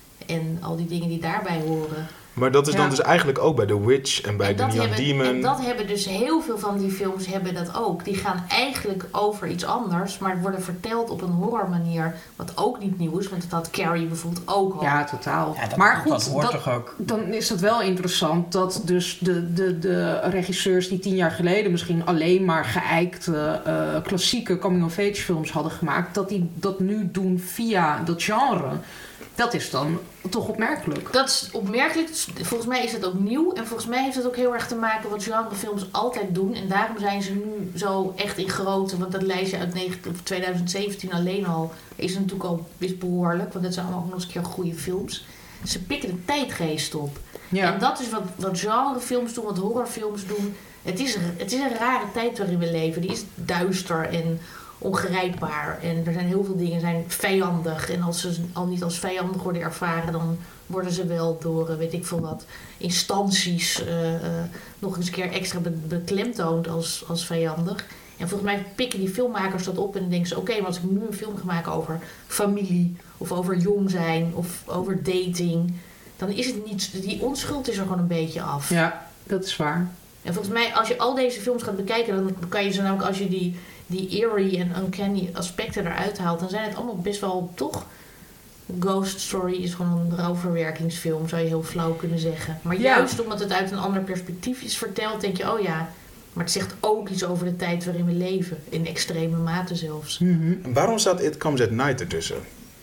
En al die dingen die daarbij horen. Maar dat is dan Ja. dus eigenlijk ook bij The Witch en bij en, The dat Neon hebben, Demon. en dat hebben dus heel veel van die films hebben dat ook. Die gaan eigenlijk over iets anders, maar worden verteld op een horror manier. Wat ook niet nieuw is, want dat had Carrie bijvoorbeeld ook al. ja, totaal. Ja, dat, maar goed, dat hoort dat- toch ook... dan is het wel interessant dat dus de, de, de regisseurs die tien jaar geleden misschien alleen maar geëikte uh, klassieke coming-of-age films hadden gemaakt, dat die dat nu doen via dat genre. Dat is dan toch opmerkelijk. Dat is opmerkelijk. Volgens mij is het ook nieuw. En volgens mij heeft het ook heel erg te maken wat genrefilms altijd doen. En daarom zijn ze nu zo echt in grootte. Want dat lijstje uit twintig zeventien alleen al is natuurlijk al best behoorlijk. Want dat zijn allemaal ook nog eens een keer goede films. Ze pikken de tijdgeest op. Ja. En dat is wat, wat genrefilms doen, wat horrorfilms doen. Het is, een- het is een rare tijd waarin we leven. Die is duister en ongrijpbaar. En er zijn heel veel dingen zijn vijandig. En als ze al niet als vijandig worden ervaren, dan worden ze wel door, uh, weet ik veel wat, instanties uh, uh, nog eens een keer extra be- beklemtoond als, als vijandig. En volgens mij pikken die filmmakers dat op en denken ze, oké, okay, maar als ik nu een film ga maken over familie, of over jong zijn, of over dating, dan is het niet, die onschuld is er gewoon een beetje af. Ja, dat is waar. En volgens mij, als je al deze films gaat bekijken, dan kan je ze namelijk, als je die, die eerie en uncanny aspecten eruit haalt, dan zijn het allemaal best wel toch. Ghost Story is gewoon een rouwverwerkingsfilm, zou je heel flauw kunnen zeggen. Maar Ja. juist omdat het uit een ander perspectief is verteld, denk je, oh ja, maar het zegt ook iets over de tijd waarin we leven. In extreme mate zelfs. Mm-hmm. En waarom staat It Comes at Night ertussen?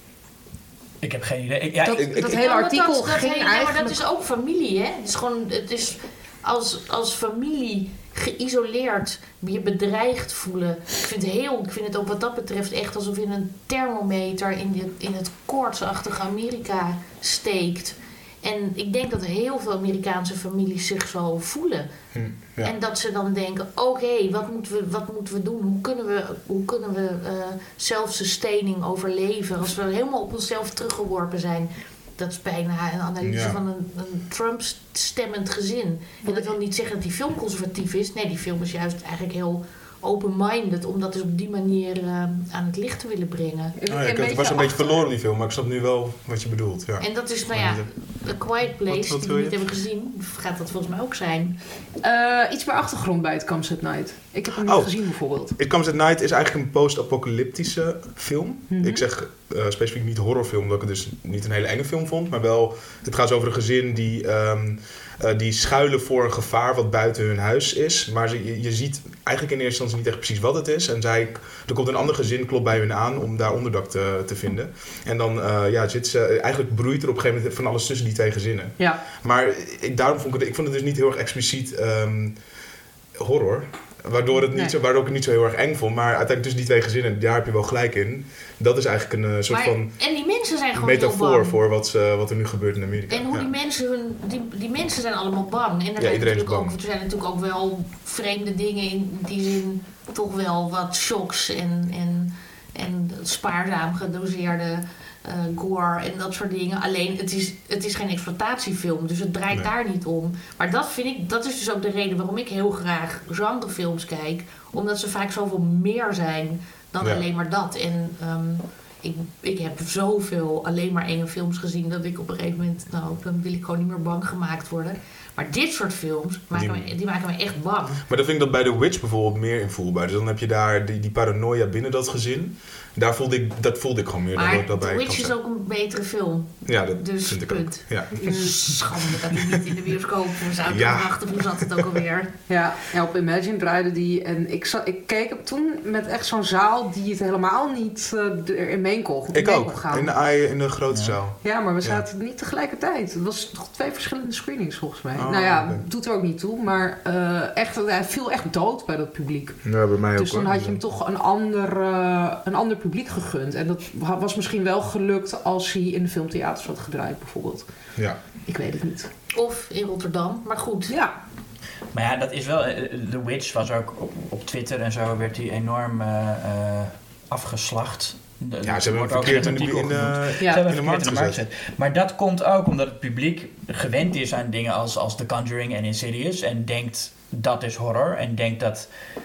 Ik heb geen idee. Ik, ja, Dat, ik, ik- dat ik- hele Ja, maar artikel dat, dat ging hele- ja, eigenlijk... maar dat is ook familie, hè? Het is gewoon, het is als, als familie geïsoleerd, je bedreigd voelen. Ik vind, heel, ik vind het ook wat dat betreft echt alsof je een thermometer in, de, in het koortsachtige Amerika steekt. En ik denk dat heel veel Amerikaanse families zich zo voelen. Hm, ja. En dat ze dan denken, oké, wat moeten we, wat moeten we doen? Hoe kunnen we, hoe kunnen we uh, zelfsustaining overleven als we helemaal op onszelf teruggeworpen zijn? Dat is bijna een analyse Ja. van een, een Trump-stemmend gezin. En dat wil niet zeggen dat die film conservatief is. Nee, die film is juist eigenlijk heel open-minded om dat dus op die manier uh, aan het licht te willen brengen. Oh ja, ik het was een beetje verloren die film, maar ik snap nu wel wat je bedoelt. Ja. En dat is, nou ja, A Quiet Place, Wat- wat die wil we je? niet hebben gezien, gaat dat volgens mij ook zijn. Uh, iets meer achtergrond bij It Comes at Night. Ik heb hem niet Oh. gezien bijvoorbeeld. It Comes at Night is eigenlijk een post-apocalyptische film. Mhm. Ik zeg uh, specifiek niet horrorfilm, omdat ik het dus niet een hele enge film vond. Maar wel, het gaat over een gezin die, um, uh, die schuilen voor een gevaar wat buiten hun huis is. Maar ze, je, je ziet eigenlijk in eerste instantie niet echt precies wat het is. En zij, er komt een ander gezin, klopt bij hun aan om daar onderdak te, te vinden. En dan uh, ja, zit ze, eigenlijk broeit er op een gegeven moment van alles tussen die twee gezinnen. Ja. Maar ik, daarom vond ik, het, ik vond het dus niet heel erg expliciet um, horror. Waardoor, het niet Nee. zo, waardoor ik het niet zo heel erg eng vond. Maar uiteindelijk tussen die twee gezinnen, daar heb je wel gelijk in. Dat is eigenlijk een uh, soort Maar, van en die mensen zijn gewoon heel metafoor bang. voor wat, uh, wat er nu gebeurt in Amerika. En hoe ja. die mensen hun, die, die mensen zijn allemaal bang. En er, Ja, zijn iedereen is natuurlijk ook, bang. er zijn natuurlijk ook wel vreemde dingen in die zin. Toch wel wat shocks en, en, en spaarzaam gedoseerde uh, gore en dat soort dingen. Alleen het is, het is geen exploitatiefilm, dus het draait Nee. daar niet om. Maar dat vind ik, dat is dus ook de reden waarom ik heel graag genrefilms kijk. Omdat ze vaak zoveel meer zijn dan Ja. alleen maar dat. En um, ik, ik heb zoveel alleen maar enge films gezien dat ik op een gegeven moment, nou, dan wil ik gewoon niet meer bang gemaakt worden. Maar dit soort films maken, Die- me, die maken me echt bang. Maar dan vind ik dat bij The Witch bijvoorbeeld meer invoelbaar. Dus dan heb je daar die, die paranoia binnen dat gezin. Daar voelde ik, dat voelde ik gewoon meer dan Maar dat ik dat bij The kan Witch is zeggen. ook een betere film. Ja, dat Dus vind ik punt. ook. Ja. Dus schande dat hij niet in de bioscoop zou Ja. wachten. Hoe zat het ook alweer? Ja, ja, op Imagine draaide die. En ik, zat, ik keek hem toen met echt zo'n zaal die het helemaal niet uh, erin mee kon, Ik mee ook. kon gaan. In de, aaien in de grote Ja. zaal. Ja, maar we Ja. zaten niet tegelijkertijd. Het was nog twee verschillende screenings volgens mij. Oh, nou ja, oké. doet er ook niet toe. Maar uh, echt, hij viel echt dood bij dat publiek. Ja, bij mij Dus ook. dan hoor. had je hem toch een ander, uh, een ander publiek gegund. En dat was misschien wel gelukt als hij in de filmtheaters had gedraaid bijvoorbeeld. Ja. Ik weet het niet. Of in Rotterdam. Maar goed. Ja, Maar ja, dat is wel... eh, The Witch was ook op, op Twitter en zo werd die enorm eh, eh, afgeslacht. De- Ja, er ze hebben wordt hem ook verkeerd een in de, artikel in de, genoemd. ja. Ze hebben in de het markt verkeerd in de markt gezet. gezet. Maar dat komt ook omdat het publiek gewend is aan dingen als, als The Conjuring en Insidious. En denkt dat is horror. En denkt dat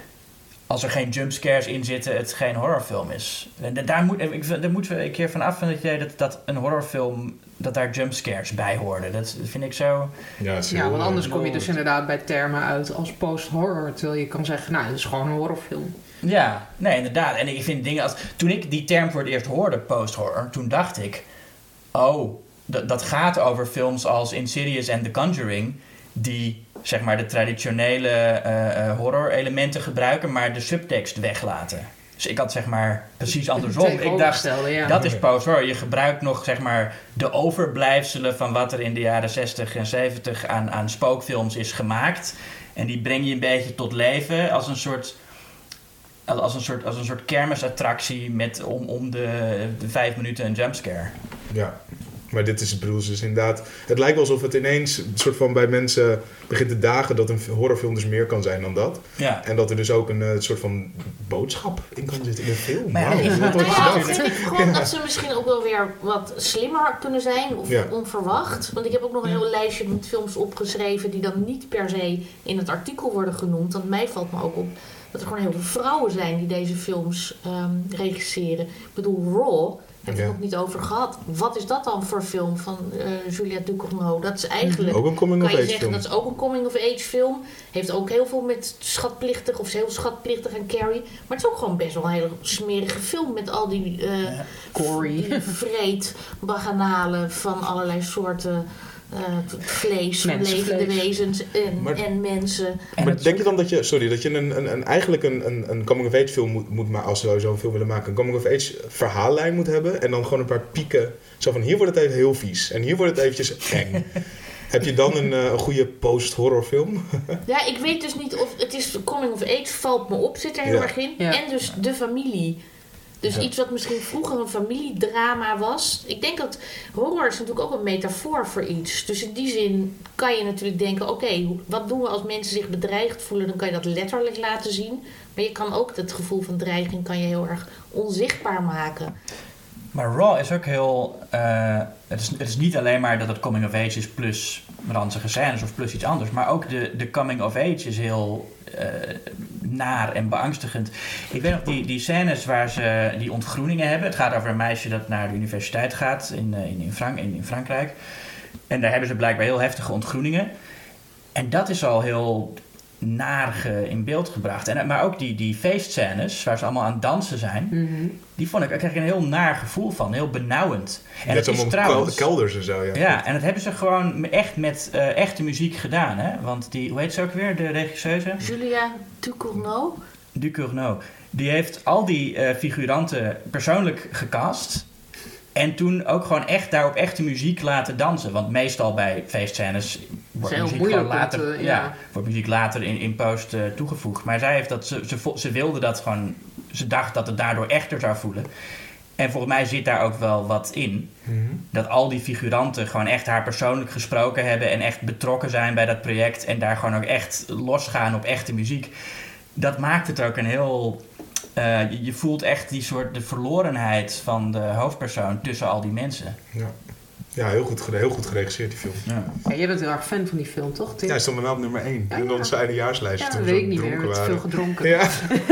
als er geen jumpscares in zitten, het geen horrorfilm is. En da- daar, moet, ik, vind- daar moeten we een keer van af van het idee dat, dat een horrorfilm, dat daar jumpscares bij hoorden. Dat vind ik zo... Ja, het is ja, heel, want anders eh, kom je dus inderdaad bij termen uit als post-horror. Terwijl je kan zeggen, nou, het is gewoon een horrorfilm. Ja, nee, inderdaad. En ik vind dingen als... Toen ik die term voor het eerst hoorde, post-horror, toen dacht ik... Oh, d- dat gaat over films als Insidious en The Conjuring... die, zeg maar, de traditionele uh, uh, horror-elementen gebruiken... maar de subtekst weglaten. Dus ik had, zeg maar, precies andersom. Ik dacht, ja. dat is post-horror. Je gebruikt nog, zeg maar, de overblijfselen... van wat er in de jaren zestig en zeventig aan, aan spookfilms is gemaakt... En die breng je een beetje tot leven als een soort... Als een soort, als een soort kermisattractie met om, om de, de vijf minuten een jumpscare. Ja. Maar dit is het bedoel, dus inderdaad... Het lijkt wel alsof het ineens een soort van bij mensen begint te dagen dat een horrorfilm dus meer kan zijn dan dat. Ja. En dat er dus ook een uh, soort van boodschap in kan zitten in een film. Maar ja, Wauw, Nou wat wordt ja, gedaan? vind ik gewoon dat ze misschien ook wel weer wat slimmer kunnen zijn of Ja. onverwacht. Want ik heb ook nog een heel lijstje met films opgeschreven die dan niet per se in het artikel worden genoemd. Want mij valt me ook op dat er gewoon heel veel vrouwen zijn die deze films um, regisseren. Ik bedoel, Raw, heb ik Ja. het nog niet over gehad. Wat is dat dan voor film van uh, Juliette Ducournau? Dat is eigenlijk, Ook een coming-of-age kan je zeggen, film. dat is ook een coming-of-age film. Heeft ook heel veel met schatplichtig, of heel schatplichtig en Carrie. Maar het is ook gewoon best wel een hele smerige film met al die, uh, Ja. Gory. die vreed baganalen van allerlei soorten uh, vlees, van Mensenvlees. levende wezens en, Maar- en mensen. En Maar het- denk je dan dat je, sorry, dat je een, een, een, eigenlijk een, een, een coming-of-age film moet, moet maken, als we zo'n film willen maken, een coming-of-age verhaallijn moet hebben en dan gewoon een paar pieken. Zo van, hier wordt het even heel vies en hier wordt het eventjes eng. Heb je dan een, uh, een goede post-horror film? Ja, ik weet dus niet of het is coming of age, valt me op, zit er heel Ja. erg in. Ja. En dus de familie. Dus Ja. iets wat misschien vroeger een familiedrama was. Ik denk dat horror is natuurlijk ook een metafoor voor iets. Dus in die zin kan je natuurlijk denken, oké, okay, wat doen we als mensen zich bedreigd voelen? Dan kan je dat letterlijk laten zien. Maar je kan ook het gevoel van dreiging kan je heel erg onzichtbaar maken. Maar Raw is ook heel... Uh, het, is, het is niet alleen maar dat het coming of age is plus ranzige scènes of plus iets anders. Maar ook de, de coming of age is heel uh, naar en beangstigend. Ik weet nog die, die scènes waar ze die ontgroeningen hebben. Het gaat over een meisje dat naar de universiteit gaat in, uh, in, in, Frank, in, in Frankrijk. En daar hebben ze blijkbaar heel heftige ontgroeningen. En dat is al heel naar ge, in beeld gebracht. En, maar ook die, die feestscènes waar ze allemaal aan het dansen zijn, Mm-hmm. die vond ik, daar kreeg ik een heel naar gevoel van, heel benauwend. En Net het is allemaal trouwens, kelders en zo, ja. ja, en dat hebben ze gewoon echt met uh, echte muziek gedaan, hè? Want die, hoe heet ze ook weer, de regisseuse? Julia Ducournau. Ducournau. Die heeft al die uh, figuranten persoonlijk gecast. En toen ook gewoon echt daarop echte muziek laten dansen. Want meestal bij feestscènes wordt heel muziek gewoon moeilijk later, om te- ja. ja. wordt muziek later in, in post uh, toegevoegd. Maar zij heeft dat, ze, ze, ze wilde dat gewoon, ze dacht dat het daardoor echter zou voelen. En volgens mij zit daar ook wel wat in. Mm-hmm. Dat al die figuranten gewoon echt haar persoonlijk gesproken hebben en echt betrokken zijn bij dat project. En daar gewoon ook echt losgaan op echte muziek. Dat maakt het ook een heel... Uh, je, je voelt echt die soort de verlorenheid van de hoofdpersoon tussen al die mensen. Ja, ja heel, goed, heel goed geregisseerd die film. Ja. Ja, jij bent heel erg fan van die film, toch, Tim? Ja, hij stond bij mij op nummer één. Ja, in ja. onze eindejaarslijstje. Ja, toen dat we weet zo ik niet meer. We dronken hebben te veel waren. gedronken. Ja.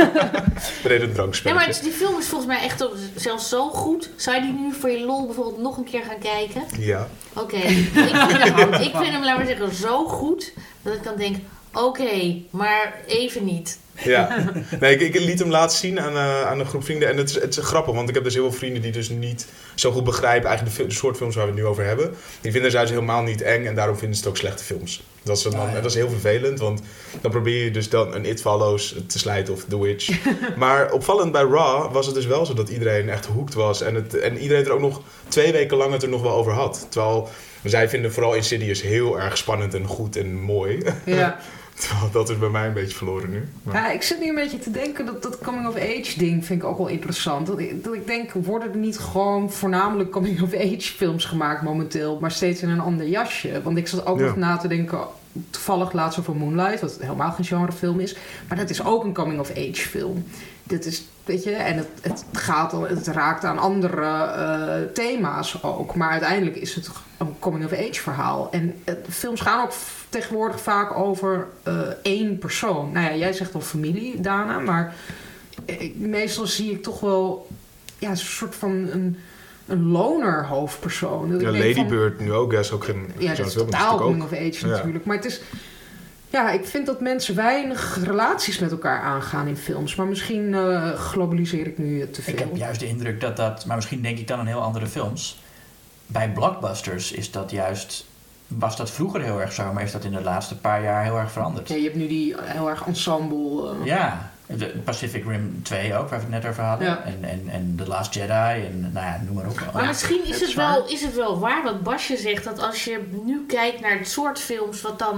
We deden een Nee, drankspelletje. maar die film is volgens mij echt toch zelfs zo goed. Zou je die nu voor je lol bijvoorbeeld nog een keer gaan kijken? Ja. Oké, ik, vind hem- ik vind hem, laat maar zeggen, zo goed dat ik dan denk, oké, okay, maar even niet. Ja, nee, ik, ik liet hem laten zien aan, uh, aan een groep vrienden. En het is, het is grappig, want ik heb dus heel veel vrienden die dus niet zo goed begrijpen eigenlijk de, de soort films waar we het nu over hebben. Die vinden ze juist helemaal niet eng en daarom vinden ze het ook slechte films. Dat is, dan, Ah, ja. dat is heel vervelend, want dan probeer je dus dan een It Follows te slijten of The Witch. Maar opvallend bij Raw was het dus wel zo dat iedereen echt hooked was. En, het, en iedereen er ook nog twee weken lang het er nog wel over had. Terwijl zij vinden vooral Insidious heel erg spannend en goed en mooi. Ja. Terwijl dat is bij mij een beetje verloren nu. Maar... Ja, ik zit nu een beetje te denken dat dat coming-of-age ding vind ik ook wel interessant. Dat ik, dat ik denk, worden er niet gewoon voornamelijk coming-of-age films gemaakt momenteel, maar steeds in een ander jasje? Want ik zat ook Ja. nog na te denken, toevallig laatst over Moonlight, wat helemaal geen genrefilm is, maar dat is ook een coming-of-age film. Dit is, weet je, en het, het gaat al, het raakt aan andere uh, thema's ook, maar uiteindelijk is het een coming-of-age verhaal. En uh, films gaan ook f- tegenwoordig vaak over uh, één persoon. Nou ja, jij zegt al familie, Dana, maar ik, meestal zie ik toch wel ja, een soort van een, een loner hoofdpersoon. Dat ik Ja, denk Lady van, Bird nu ook, ja, is ook geen... ja, dat zo'n is film, totaal natuurlijk coming of age Ja. natuurlijk. Maar het is... Ja, ik vind dat mensen weinig relaties met elkaar aangaan in films. Maar misschien uh, globaliseer ik nu te veel. Ik heb juist de indruk dat dat, maar misschien denk ik dan aan heel andere films. Bij blockbusters is dat juist, was dat vroeger heel erg zo, maar is dat in de laatste paar jaar heel erg veranderd. Ja, je hebt nu die heel erg ensemble... Uh, Ja, de Pacific Rim twee ook, waar we het net over hadden. Ja. En, en, en The Last Jedi en nou ja, noem maar op. Maar Ja. misschien is dat het, is wel, waar. is het wel waar wat Basje zegt, dat als je nu kijkt naar het soort films wat dan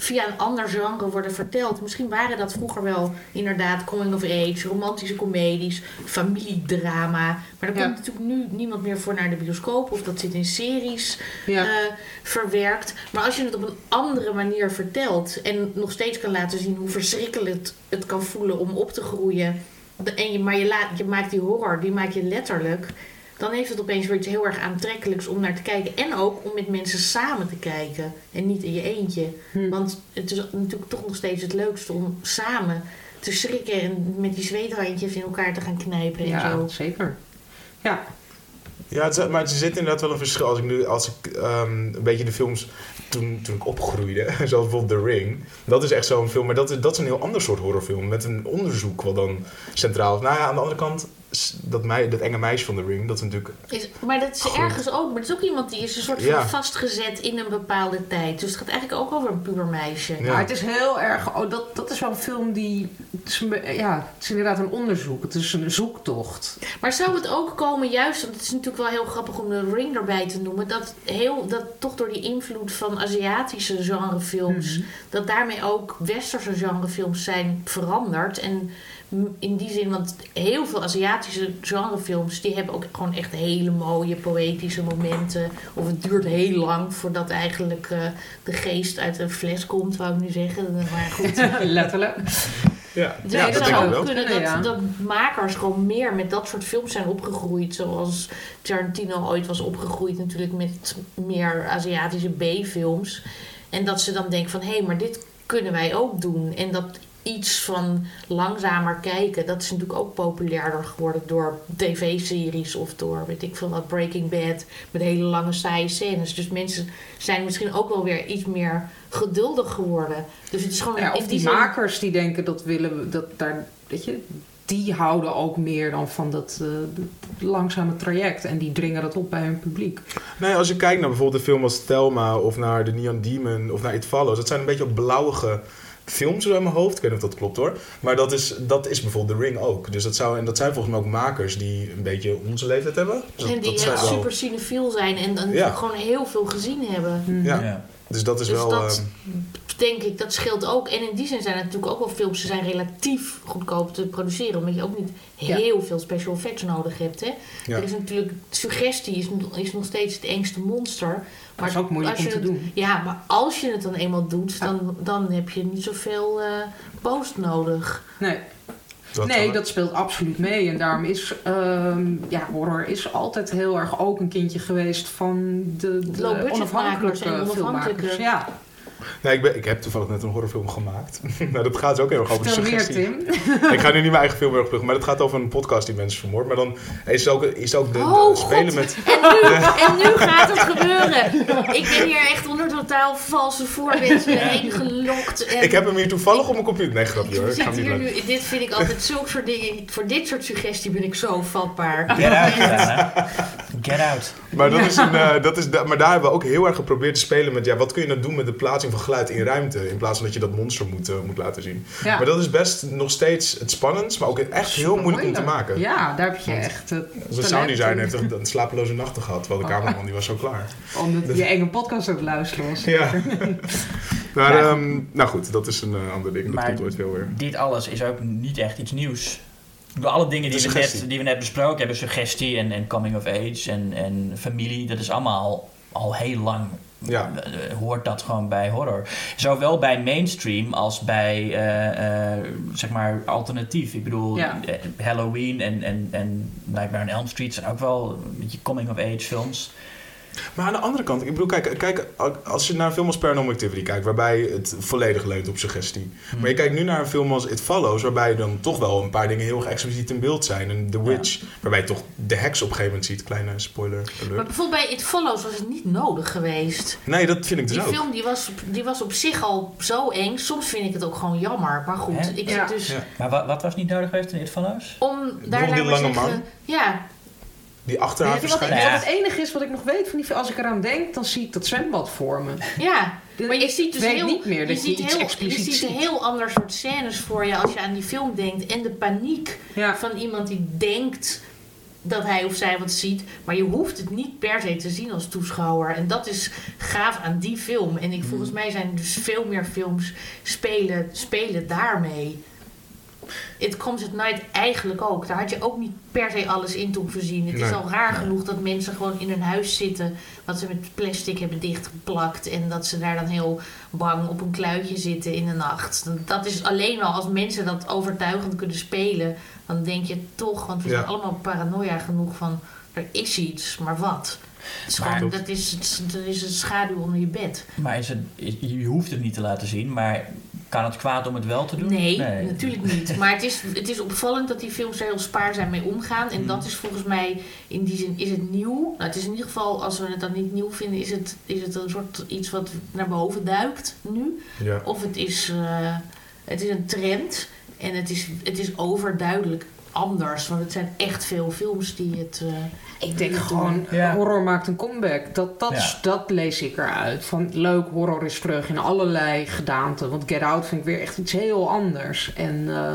via een ander genre worden verteld. Misschien waren dat vroeger wel inderdaad coming of age, romantische comedies, familiedrama. Maar daar Ja. komt natuurlijk nu niemand meer voor naar de bioscoop of dat zit in series Ja. uh, verwerkt. Maar als je het op een andere manier vertelt en nog steeds kan laten zien hoe verschrikkelijk het, het kan voelen om op te groeien. De, en je, maar je, laat, je maakt die horror, die maak je letterlijk. Dan heeft het opeens weer iets heel erg aantrekkelijks om naar te kijken. En ook om met mensen samen te kijken. En niet in je eentje. Hm. Want het is natuurlijk toch nog steeds het leukste om samen te schrikken. En met die zweetrandjes in elkaar te gaan knijpen en Ja, zo. zeker. Ja. Ja, het is, maar er zit inderdaad wel een verschil. Als ik nu, als ik um, een beetje de films toen, toen ik opgroeide, zoals bijvoorbeeld The Ring, dat is echt zo'n film, maar dat is, dat is een heel ander soort horrorfilm met een onderzoek wat dan centraal is. Nou ja, aan de andere kant, dat, mei, dat enge meisje van The Ring, dat is natuurlijk. Is, maar dat is Goed. ergens ook. Maar het is ook iemand die is een soort van Ja. vastgezet in een bepaalde tijd. Dus het gaat eigenlijk ook over een pubermeisje. Ja. Maar het is heel erg... Oh, dat, dat is wel een film die... Het is, een- ja, het is inderdaad een onderzoek. Het is een zoektocht. Maar zou het ook komen, juist, want het is natuurlijk wel heel grappig om de Ring erbij te noemen, dat, heel, dat toch door die invloed van Aziatische genrefilms, Mhm. dat daarmee ook Westerse genrefilms zijn veranderd. En in die zin, want heel veel Aziatische genrefilms, die hebben ook gewoon echt hele mooie poëtische momenten. Of het duurt heel lang voordat eigenlijk uh, de geest uit een fles komt, wou ik nu zeggen. Maar goed. Letterlijk. Ja, Dus ja het dat zou denk ik ook wel. kunnen dat, Ja. dat makers gewoon meer met dat soort films zijn opgegroeid. Zoals Tarantino ooit was opgegroeid natuurlijk met meer Aziatische B-films. En dat ze dan denken van, hé, hey, maar dit kunnen wij ook doen. En dat iets van langzamer kijken, dat is natuurlijk ook populairder geworden door tv-series of door, weet ik veel wat, Breaking Bad, met hele lange saaie scènes. Dus mensen zijn misschien ook wel weer iets meer geduldig geworden. Dus het is gewoon... Ja, in of die zin- makers die denken dat willen we... Dat daar, weet je, die houden ook meer dan van dat, uh, dat langzame traject. En die dringen dat op bij hun publiek. Nee, als je kijkt naar bijvoorbeeld een film als Thelma of naar The Neon Demon of naar It Follows, dat zijn een beetje blauwige films zo in mijn hoofd. Ik weet niet of dat klopt hoor. Maar dat is, dat is bijvoorbeeld The Ring ook. Dus dat, zou, en dat zijn volgens mij ook makers die een beetje onze leeftijd hebben. Dus En dat, die dat zijn echt wel- super cinefiel zijn en dan Ja. gewoon heel veel gezien hebben. Ja. Ja. Dus dat is Dus wel... dat, ehm, denk ik, dat scheelt ook. En in die zin zijn het natuurlijk ook wel films, ze zijn relatief goedkoop te produceren, omdat je ook niet Ja. heel veel special effects nodig hebt. Hè? Ja. Er is natuurlijk, suggestie is, is nog steeds het engste monster. Dat is ook moeilijk als om je te het- doen. Ja, maar als je het dan eenmaal doet, Ja. dan, dan heb je niet zoveel eh post nodig. Nee, dat nee, wel. dat speelt absoluut mee. En daarom is ehm, ja, horror is altijd heel erg ook een kindje geweest van de, de Low-budgetmakers onafhankelijke en onafhankelijke. filmmakers. Ja, Nee, ik, ben, ik heb toevallig net een horrorfilm gemaakt. nou, dat gaat ook heel erg over vertel meer, suggestie. Tim. Ik ga nu niet mijn eigen film heel erg pluggen, maar dat gaat over een podcast die mensen vermoordt. Maar dan is het ook, is het ook de, de Oh, spelen God. met... En nu, en nu gaat het gebeuren. Ik ben hier echt onder totaal valse voorwendselen heen gelokt. En Ik heb hem hier toevallig op mijn computer. Nee, grapje hoor. ik Ik ga zit hem niet hier leuk. nu, dit vind ik altijd zulke soort dingen. Voor dit soort suggestie ben ik zo vatbaar. Get out, Dana. Get out. Maar, dat is een, uh, dat is da- maar daar hebben we ook heel erg geprobeerd te spelen met... Ja, wat kun je nou doen met de plaatsing van geluid in ruimte? In plaats van dat je dat monster moet, uh, moet laten zien. Ja. Maar dat is best nog steeds het spannendst, maar ook echt heel moeilijk om te maken. Ja, daar heb je Want echt... Uh, Onze sounddesigner heeft een, een slapeloze nachten gehad, terwijl de Oh. cameraman die was zo klaar. Omdat je enge podcast ook luisteren was. Ja. maar, Ja. um, nou goed, dat is een uh, ander ding. Dat Maar komt ooit veel weer. dit alles is ook niet echt iets nieuws. Door alle dingen die De we, suggestie. net, die we net besproken hebben, suggestie en, en coming of age en, en familie, dat is allemaal al heel lang. Ja. eh, hoort dat gewoon bij horror. Zowel bij mainstream als bij eh, eh, zeg maar alternatief. Ik bedoel, Ja. eh, Halloween en, en, en Nightmare on Elm Street zijn ook wel een beetje coming of age films. Maar aan de andere kant, ik bedoel, kijk, kijk, als je naar een film als Paranormal Activity kijkt, waarbij het volledig leunt op suggestie. Hmm. Maar je kijkt nu naar een film als It Follows, waarbij dan toch wel een paar dingen heel erg expliciet in beeld zijn. En The Witch, waarbij je toch de heks op een gegeven moment ziet. Kleine spoiler Maar alert. bijvoorbeeld bij It Follows was het niet nodig geweest. Nee, dat vind ik dus Die ook. film die was, die was op zich al zo eng. Soms vind ik het ook gewoon jammer. Maar goed, Hè? ik Ja. zit dus... Ja. Maar wat, wat was niet nodig geweest in It Follows? Om daar Nog die laat maar lange zeggen... man? Ja, Die achter haar Weet je wat, verschijnt. wat het enige is wat ik nog weet van die film, als ik eraan denk, dan zie ik dat zwembad voor me. ja. Maar je ziet dus weet heel, niet meer dat je ziet iets heel, expliciet je ziet een ziet. heel ander soort scènes voor je als je aan die film denkt. En de paniek Ja. van iemand die denkt dat hij of zij wat ziet. Maar je hoeft het niet per se te zien als toeschouwer. En dat is gaaf aan die film. En ik, volgens mij zijn dus veel meer films spelen, spelen daarmee. It Comes at Night eigenlijk ook. Daar had je ook niet per se alles in te hoeven zien. Het Nee. is al raar genoeg dat mensen gewoon in hun huis zitten, wat ze met plastic hebben dichtgeplakt, en dat ze daar dan heel bang op een kluitje zitten in de nacht. Dat is alleen al, als mensen dat overtuigend kunnen spelen, dan denk je toch, want we Ja. zijn allemaal paranoia genoeg van, er is iets, maar wat? Het is Maar- gewoon, dat is, dat is een schaduw onder je bed. Maar is het, is- je hoeft het niet te laten zien, maar kan het kwaad om het wel te doen? Nee, natuurlijk niet. Maar het is, het is opvallend dat die films er heel spaarzaam mee omgaan. En Mm. dat is volgens mij, in die zin, is het nieuw. Nou, het is in ieder geval, als we het dan niet nieuw vinden, is het, is het een soort iets wat naar boven duikt nu. Ja. Of het is, uh, het is een trend. En het is, het is overduidelijk anders. Want het zijn echt veel films die het... Uh, Ik denk doen. gewoon, Ja. horror maakt een comeback. Dat, dat, Ja. dat lees ik eruit. Van leuk, horror is terug in allerlei gedaanten. Want Get Out vind ik weer echt iets heel anders. En uh,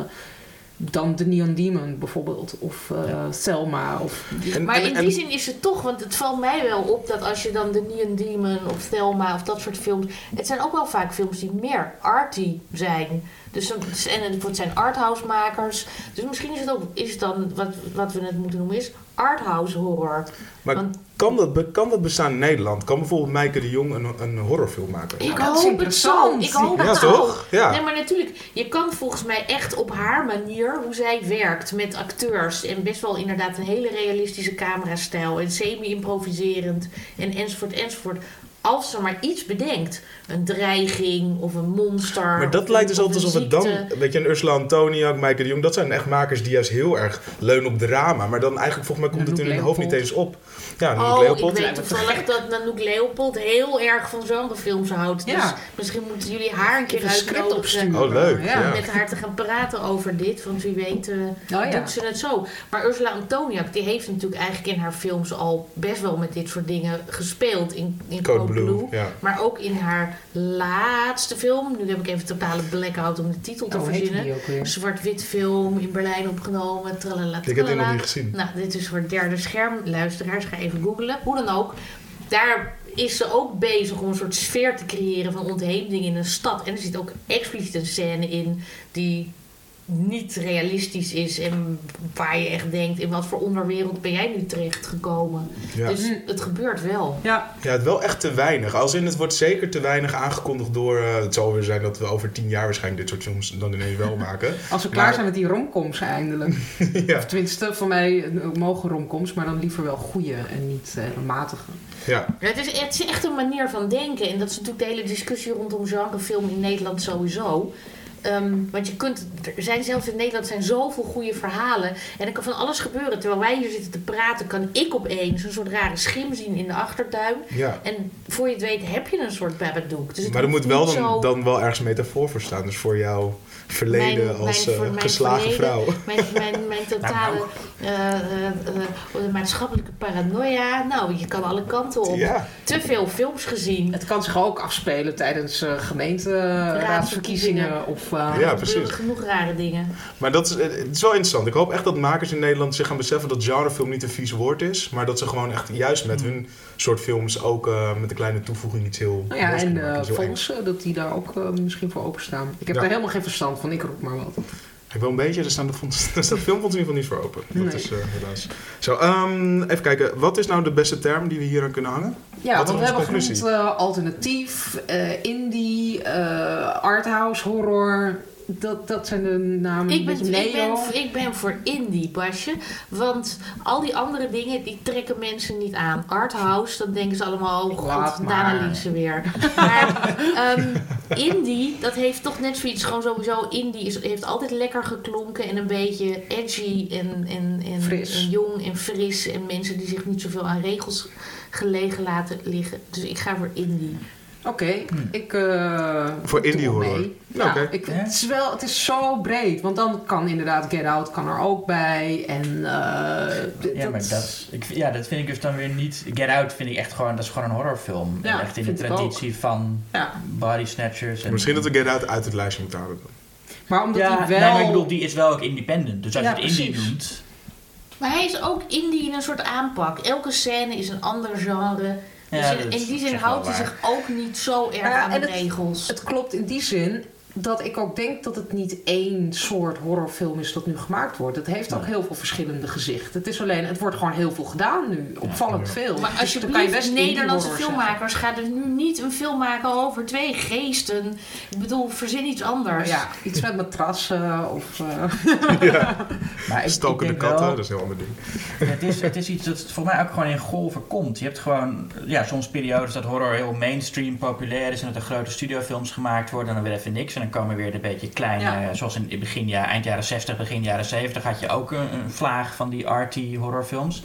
dan The Neon Demon bijvoorbeeld. Of uh, Ja. Thelma. Of, En- Maar in en- die zin is het toch, want het valt mij wel op dat als je dan de Neon Demon of Thelma of dat soort films... Het zijn ook wel vaak films die meer arty zijn. Dus, dan- en het zijn arthouse makers. Dus misschien is het ook, is het dan, wat, wat we het moeten noemen, is arthouse horror. Maar Want kan dat, be- kan dat bestaan in Nederland? Kan bijvoorbeeld Maaike de Jong een, een horrorfilm maken? ik dat is hoop het zo. interessant. Ik hoop Ja, het zo. toch? Ja. Nee, maar natuurlijk, je kan volgens mij echt op haar manier, hoe zij werkt met acteurs, en best wel inderdaad een hele realistische camerastijl en semi-improviserend en enzovoort enzovoort. Als ze maar iets bedenkt, een dreiging of een monster. Maar dat of lijkt dus een- altijd of alsof een het dan... ziekte. Weet je, een Ursula Antoniak, Maaike de Jong... dat zijn echt makers die juist heel erg leunen op drama. Maar dan eigenlijk, volgens mij, komt het in Nanook hun hoofd niet Leopold. eens op. Ja, Nanook Oh, Leopold. ik weet toevallig dat Nanook Leopold heel erg van genrefilms houdt. Ja. Dus misschien moeten jullie haar een keer Even script uitnodigen opsturen. Oh, leuk. Ja. Ja. om met haar te gaan praten over dit. Want wie weet uh, ja. doet ze het zo. Maar Ursula Antoniak, die heeft natuurlijk eigenlijk in haar films al best wel met dit soort dingen gespeeld. In, in Code Code Blue, Blue. ja. Maar ook in haar laatste film. Nu heb ik even een totale blackout om de titel te Oh, hoe heet verzinnen. die ook weer? Zwart-wit film in Berlijn opgenomen. Tralala, Ik heb die nog tralala. niet gezien. Nou, dit is voor het derde scherm. Luisteraars, ga even googlen. Hoe dan ook. Daar is ze ook bezig om een soort sfeer te creëren van ontheemding in een stad. En er zit ook expliciet een scène in die niet realistisch is. En waar je echt denkt, in wat voor onderwereld ben jij nu terechtgekomen? Ja. Dus het gebeurt wel. Ja, Ja, het wel echt te weinig. Als in, het wordt zeker te weinig aangekondigd door... uh, het zal weer zijn dat we over tien jaar waarschijnlijk dit soort films dan ineens wel maken. als we klaar Maar- zijn met die romcoms eindelijk. ja. Of tenminste, voor mij uh, mogen romcoms, maar dan liever wel goede en niet uh, matige. Ja. Ja, het, is, het is echt een manier van denken. En dat is natuurlijk de hele discussie rondom genrefilm in Nederland sowieso. Um, want je kunt, er zijn zelfs in Nederland zijn zoveel goede verhalen. En er kan van alles gebeuren. Terwijl wij hier zitten te praten, kan ik opeens een soort rare schim zien in de achtertuin. ja. En voor je het weet heb je een soort Babadook. Dus het Maar er hoeft moet wel niet dan, zo- dan wel ergens een metafoor voor staan. Dus voor jouw verleden Mijn- als mijn- uh, voor mijn geslagen verleden, vrouw. Mijn, mijn, mijn totale uh, uh, uh, maatschappelijke paranoia. Nou, je kan alle kanten op. Ja. Te veel films gezien. Het kan zich ook afspelen tijdens uh, gemeenteraadsverkiezingen. Of, uh, Ja, Er precies. gebeuren genoeg rare dingen. Maar dat is, het is wel interessant. Ik hoop echt dat makers in Nederland zich gaan beseffen dat genrefilm niet een vies woord is. Maar dat ze gewoon echt juist met hun soort films ook uh, met een kleine toevoeging iets heel nou ja, moois en kunnen maken. uh, Dat is heel Vons, uh, dat die daar ook uh, misschien voor openstaan. Ik heb Ja. daar helemaal geen verstand van, ik roep maar wat. Ik wil een beetje, er staan de fonds, daar staat filmfonds in ieder geval niet voor open. Dat Nee. is uh, helaas. Zo, um, even kijken. Wat is nou de beste term die we hier aan kunnen hangen? Ja, Wat want we is hebben onze conclusie? genoemd uh, alternatief, uh, indie, uh, arthouse, horror. Dat, dat zijn de namen. Ik een ben, beetje ik, ben, neo. ik ben voor indie, Basje. Want al die andere dingen, die trekken mensen niet aan. Arthouse, dan denken ze allemaal... Oh Laat god, maar. Dana Linsen weer. Maar um, indie, dat heeft toch net zoiets. Gewoon sowieso, indie is, heeft altijd lekker geklonken. En een beetje edgy en, en, en, Fris. en jong en fris. En mensen die zich niet zoveel aan regels gelegen laten liggen. Dus ik ga voor indie. Oké, okay, ik uh, Voor doe indie wel horror. mee. Nou, Ja, oké. ik, het, is wel, het is zo breed. Want dan kan inderdaad Get Out kan er ook bij. En, uh, d- Ja, maar dat, ik, ja, dat vind ik dus dan weer niet... Get Out vind ik echt gewoon... Dat is gewoon een horrorfilm. Ja, echt in de vind ik traditie van Ja. Body Snatchers. En, Misschien dat we Get Out uit het lijstje moeten halen. Maar omdat ja, die wel... nee, maar ik bedoel, die is wel ook independent. Dus als Ja, je het indie precies. noemt... Maar hij is ook indie in een soort aanpak. Elke scène is een ander genre. Dus Ja, in, dat in is die zin zeg wel houdt hij waar. zich ook niet zo erg Ja, aan de en het- regels. Het klopt in die zin dat ik ook denk dat het niet één soort horrorfilm is dat nu gemaakt wordt. Het heeft ook heel veel verschillende gezichten. Het is alleen, het wordt gewoon heel veel gedaan nu. Opvallend veel. Maar Dus als dan kan je je best Nederlandse indie horror filmmakers gaan er nu niet een film maken over twee geesten. Ik bedoel, verzin iets anders. zeggen. Ja, iets met matrassen of... Uh... Maar ik, Stalkende ik denk katten, wel, dat is een heel ander ding. het, is, het is iets dat voor mij ook gewoon in golven komt. Je hebt gewoon ja, soms periodes dat horror heel mainstream populair is en dat er grote studiofilms gemaakt worden en dan weer even niks. En dan komen weer een beetje kleine, Ja. zoals in het begin, ja, eind jaren zestig, begin jaren zeventig had je ook een, een vlaag van die arty horrorfilms.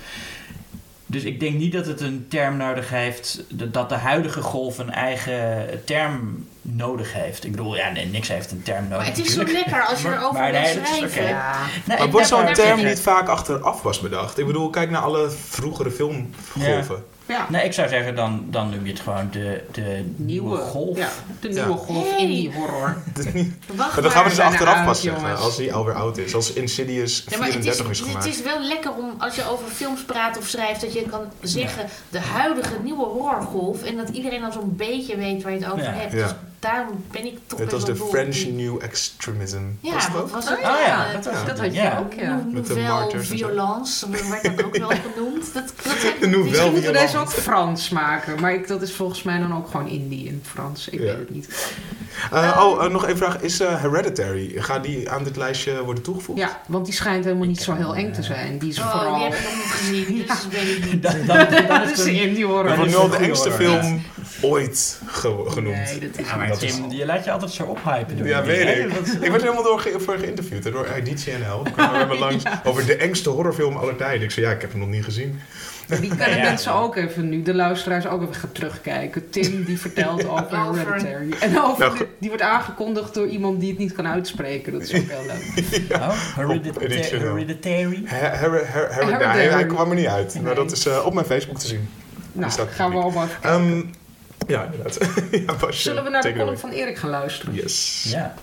Dus ik denk niet dat het een term nodig heeft, dat de huidige golf een eigen term nodig heeft. Ik bedoel, ja, nee, niks heeft een term nodig. Maar het is zo natuurlijk. lekker als je Maar- erover maar wil nee, dat is schrijven. oké. Ja. Nee, Maar ik wordt ben zo'n daar term tegen. niet vaak achteraf was bedacht? Ik bedoel, kijk naar alle vroegere filmgolven. Ja. Nee, ik zou zeggen, dan, dan noem je het gewoon de, de nieuwe, Nieuwe golf. Ja, de nieuwe Ja. golf Hey. indie horror. Wacht Maar dan gaan we dus zijn er achteraf uit, pas zeggen, jongens. als hij alweer oud is. Als Insidious Ja, maar het is, vierendertig is het gemaakt. is wel lekker om, als je over films praat of schrijft, dat je kan zeggen de huidige nieuwe horrorgolf en dat iedereen dan zo'n beetje weet waar je het over Ja. hebt. Ja. Dus daarom ben ik toch Het best was de wel dol op French die- New Extremism. Ja, was het wat ook? was het? Oh ja, Eh, dat was Dat het. had je Ja. ook, ja. Nou- Met de Nouvelle martyrs en zo. violence, werd dat ook wel genoemd. Dat, dat zijn De nouvelle Misschien moeten we deze violence. ook Frans maken. Maar ik, dat is volgens mij dan ook gewoon indie in het Frans. Ik Ja. weet het niet. Uh, oh, uh, nog één vraag. Is uh, Hereditary, gaat die aan dit lijstje worden toegevoegd? Ja, want die schijnt helemaal niet zo heel eng te zijn. Die is Oh, vooral... die heb ik nog niet gezien, dus weet ik niet. Dan, dan, dan dat is is het een- indie horror. Dat dat wordt is nu al een de goede engste horror, film ooit ge- genoemd. Nee, dat is Ja, maar Dat is- Tim, je laat je altijd zo ophypen door Ja, die weet dingen, ik. hè? Dat- Ik werd er helemaal door ge- voor geïnterviewd hè, door I D C N L. Ik kwam er langs over de engste horrorfilm aller tijden. Ik zei, ja, ik heb hem nog niet gezien. Die kunnen Ja, mensen ja. ook even nu, de luisteraars ook even gaan terugkijken. Tim die vertelt over Over- Hereditary. En over Nou, de- die wordt aangekondigd door iemand die het niet kan uitspreken. Dat is ook heel leuk. Oh, Heredita- Op Edition. Hereditary. Her, her, her, her, Hereditary. hij, hij kwam er niet uit. Maar Nee. dat is uh, op mijn Facebook te zien. Nou, staat gaan we publiek. allemaal even kijken. Um, ja, inderdaad. ja, Basje, Zullen we naar de take it column away. van Erik gaan luisteren? Yes. Ja.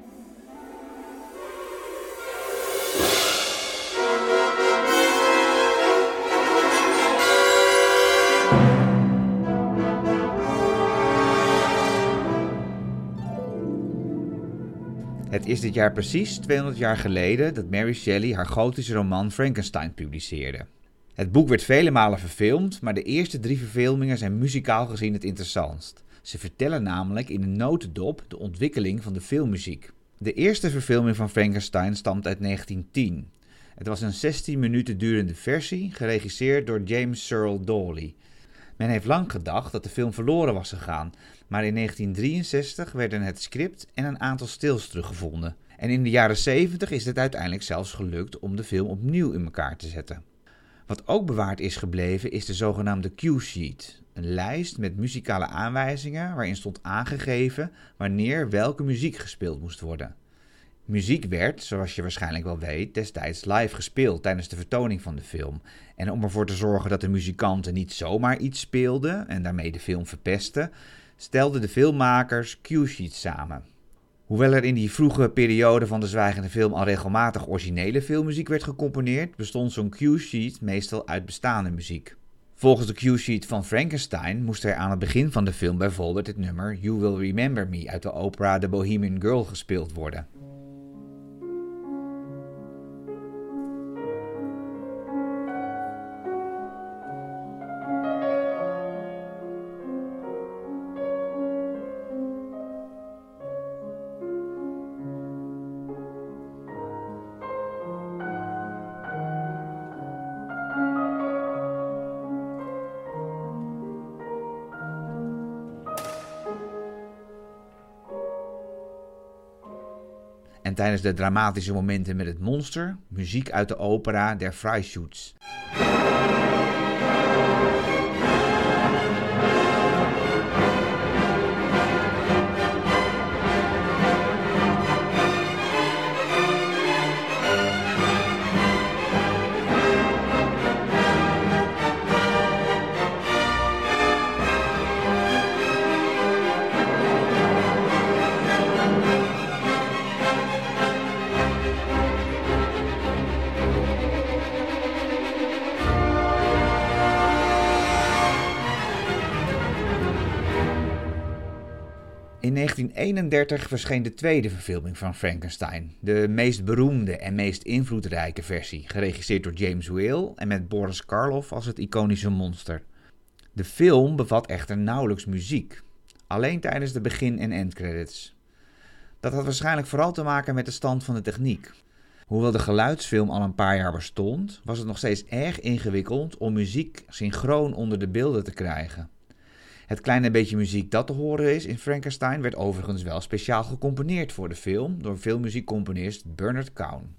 Het is dit jaar precies tweehonderd jaar geleden dat Mary Shelley haar gotische roman Frankenstein publiceerde. Het boek werd vele malen verfilmd, maar de eerste drie verfilmingen zijn muzikaal gezien het interessantst. Ze vertellen namelijk in een notendop de ontwikkeling van de filmmuziek. De eerste verfilming van Frankenstein stamt uit negentien tien. Het was een zestien minuten durende versie, geregisseerd door James Searle Dawley. Men heeft lang gedacht dat de film verloren was gegaan, maar in negentien drieënzestig werden het script en een aantal stils teruggevonden. En in de jaren zeventig is het uiteindelijk zelfs gelukt om de film opnieuw in elkaar te zetten. Wat ook bewaard is gebleven is de zogenaamde cue-sheet, een lijst met muzikale aanwijzingen waarin stond aangegeven wanneer welke muziek gespeeld moest worden. Muziek werd, zoals je waarschijnlijk wel weet, destijds live gespeeld tijdens de vertoning van de film. En om ervoor te zorgen dat de muzikanten niet zomaar iets speelden en daarmee de film verpesten, stelden de filmmakers cue-sheets samen. Hoewel er in die vroege periode van de zwijgende film al regelmatig originele filmmuziek werd gecomponeerd, bestond zo'n cue-sheet meestal uit bestaande muziek. Volgens de cue-sheet van Frankenstein moest er aan het begin van de film bijvoorbeeld het nummer You Will Remember Me uit de opera The Bohemian Girl gespeeld worden. En tijdens de dramatische momenten met het monster, muziek uit de opera Der Freischütz. In negentien eenendertig verscheen de tweede verfilming van Frankenstein. De meest beroemde en meest invloedrijke versie, geregisseerd door James Whale en met Boris Karloff als het iconische monster. De film bevat echter nauwelijks muziek, alleen tijdens de begin- en endcredits. Dat had waarschijnlijk vooral te maken met de stand van de techniek. Hoewel de geluidsfilm al een paar jaar bestond, was het nog steeds erg ingewikkeld om muziek synchroon onder de beelden te krijgen. Het kleine beetje muziek dat te horen is in Frankenstein werd overigens wel speciaal gecomponeerd voor de film door filmmuziekcomponist Bernard Cowan.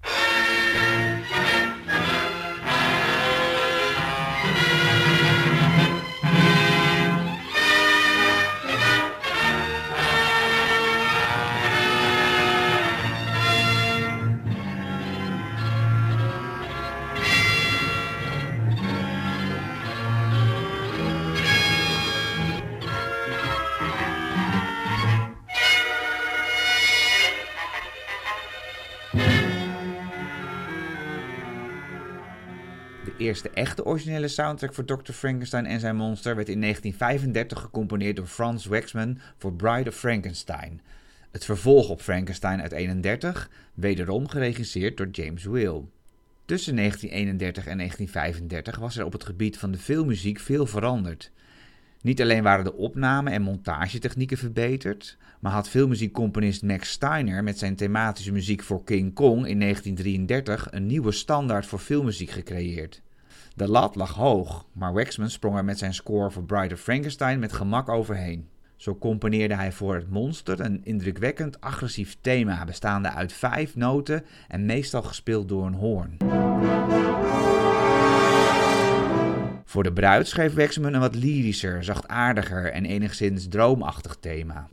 De eerste echte originele soundtrack voor dokter Frankenstein en zijn monster werd in negentien vijfendertig gecomponeerd door Franz Waxman voor Bride of Frankenstein. Het vervolg op Frankenstein uit eenendertig, wederom geregisseerd door James Whale. Tussen negentien eenendertig en negentien vijfendertig was er op het gebied van de filmmuziek veel veranderd. Niet alleen waren de opname- en montagetechnieken verbeterd, maar had filmmuziekcomponist Max Steiner met zijn thematische muziek voor King Kong in negentien drieëndertig een nieuwe standaard voor filmmuziek gecreëerd. De lat lag hoog, maar Waxman sprong er met zijn score voor Bride of Frankenstein met gemak overheen. Zo componeerde hij voor het monster een indrukwekkend agressief thema bestaande uit vijf noten en meestal gespeeld door een hoorn. Voor de bruid schreef Waxman een wat lyrischer, zachtaardiger en enigszins droomachtig thema.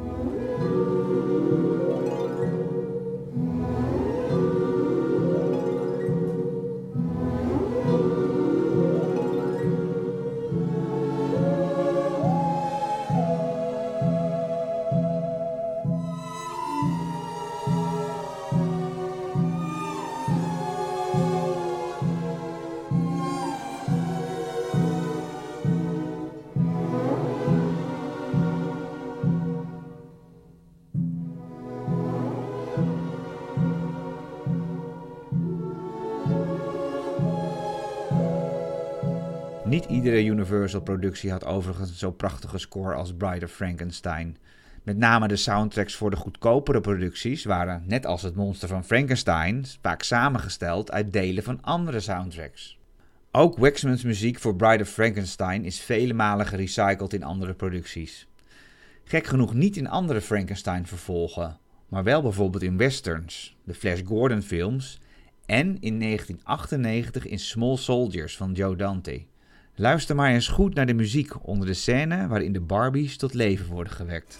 Niet iedere Universal-productie had overigens zo'n prachtige score als Bride of Frankenstein. Met name de soundtracks voor de goedkopere producties waren, net als het monster van Frankenstein, vaak samengesteld uit delen van andere soundtracks. Ook Waxmans muziek voor Bride of Frankenstein is vele malen gerecycled in andere producties. Gek genoeg niet in andere Frankenstein-vervolgen, maar wel bijvoorbeeld in westerns, de Flash Gordon films en in negentien achtennegentig in Small Soldiers van Joe Dante. Luister maar eens goed naar de muziek onder de scène waarin de Barbies tot leven worden gewekt.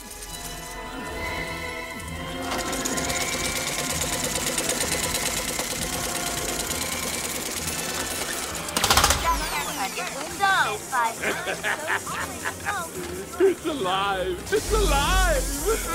It's alive! It's alive!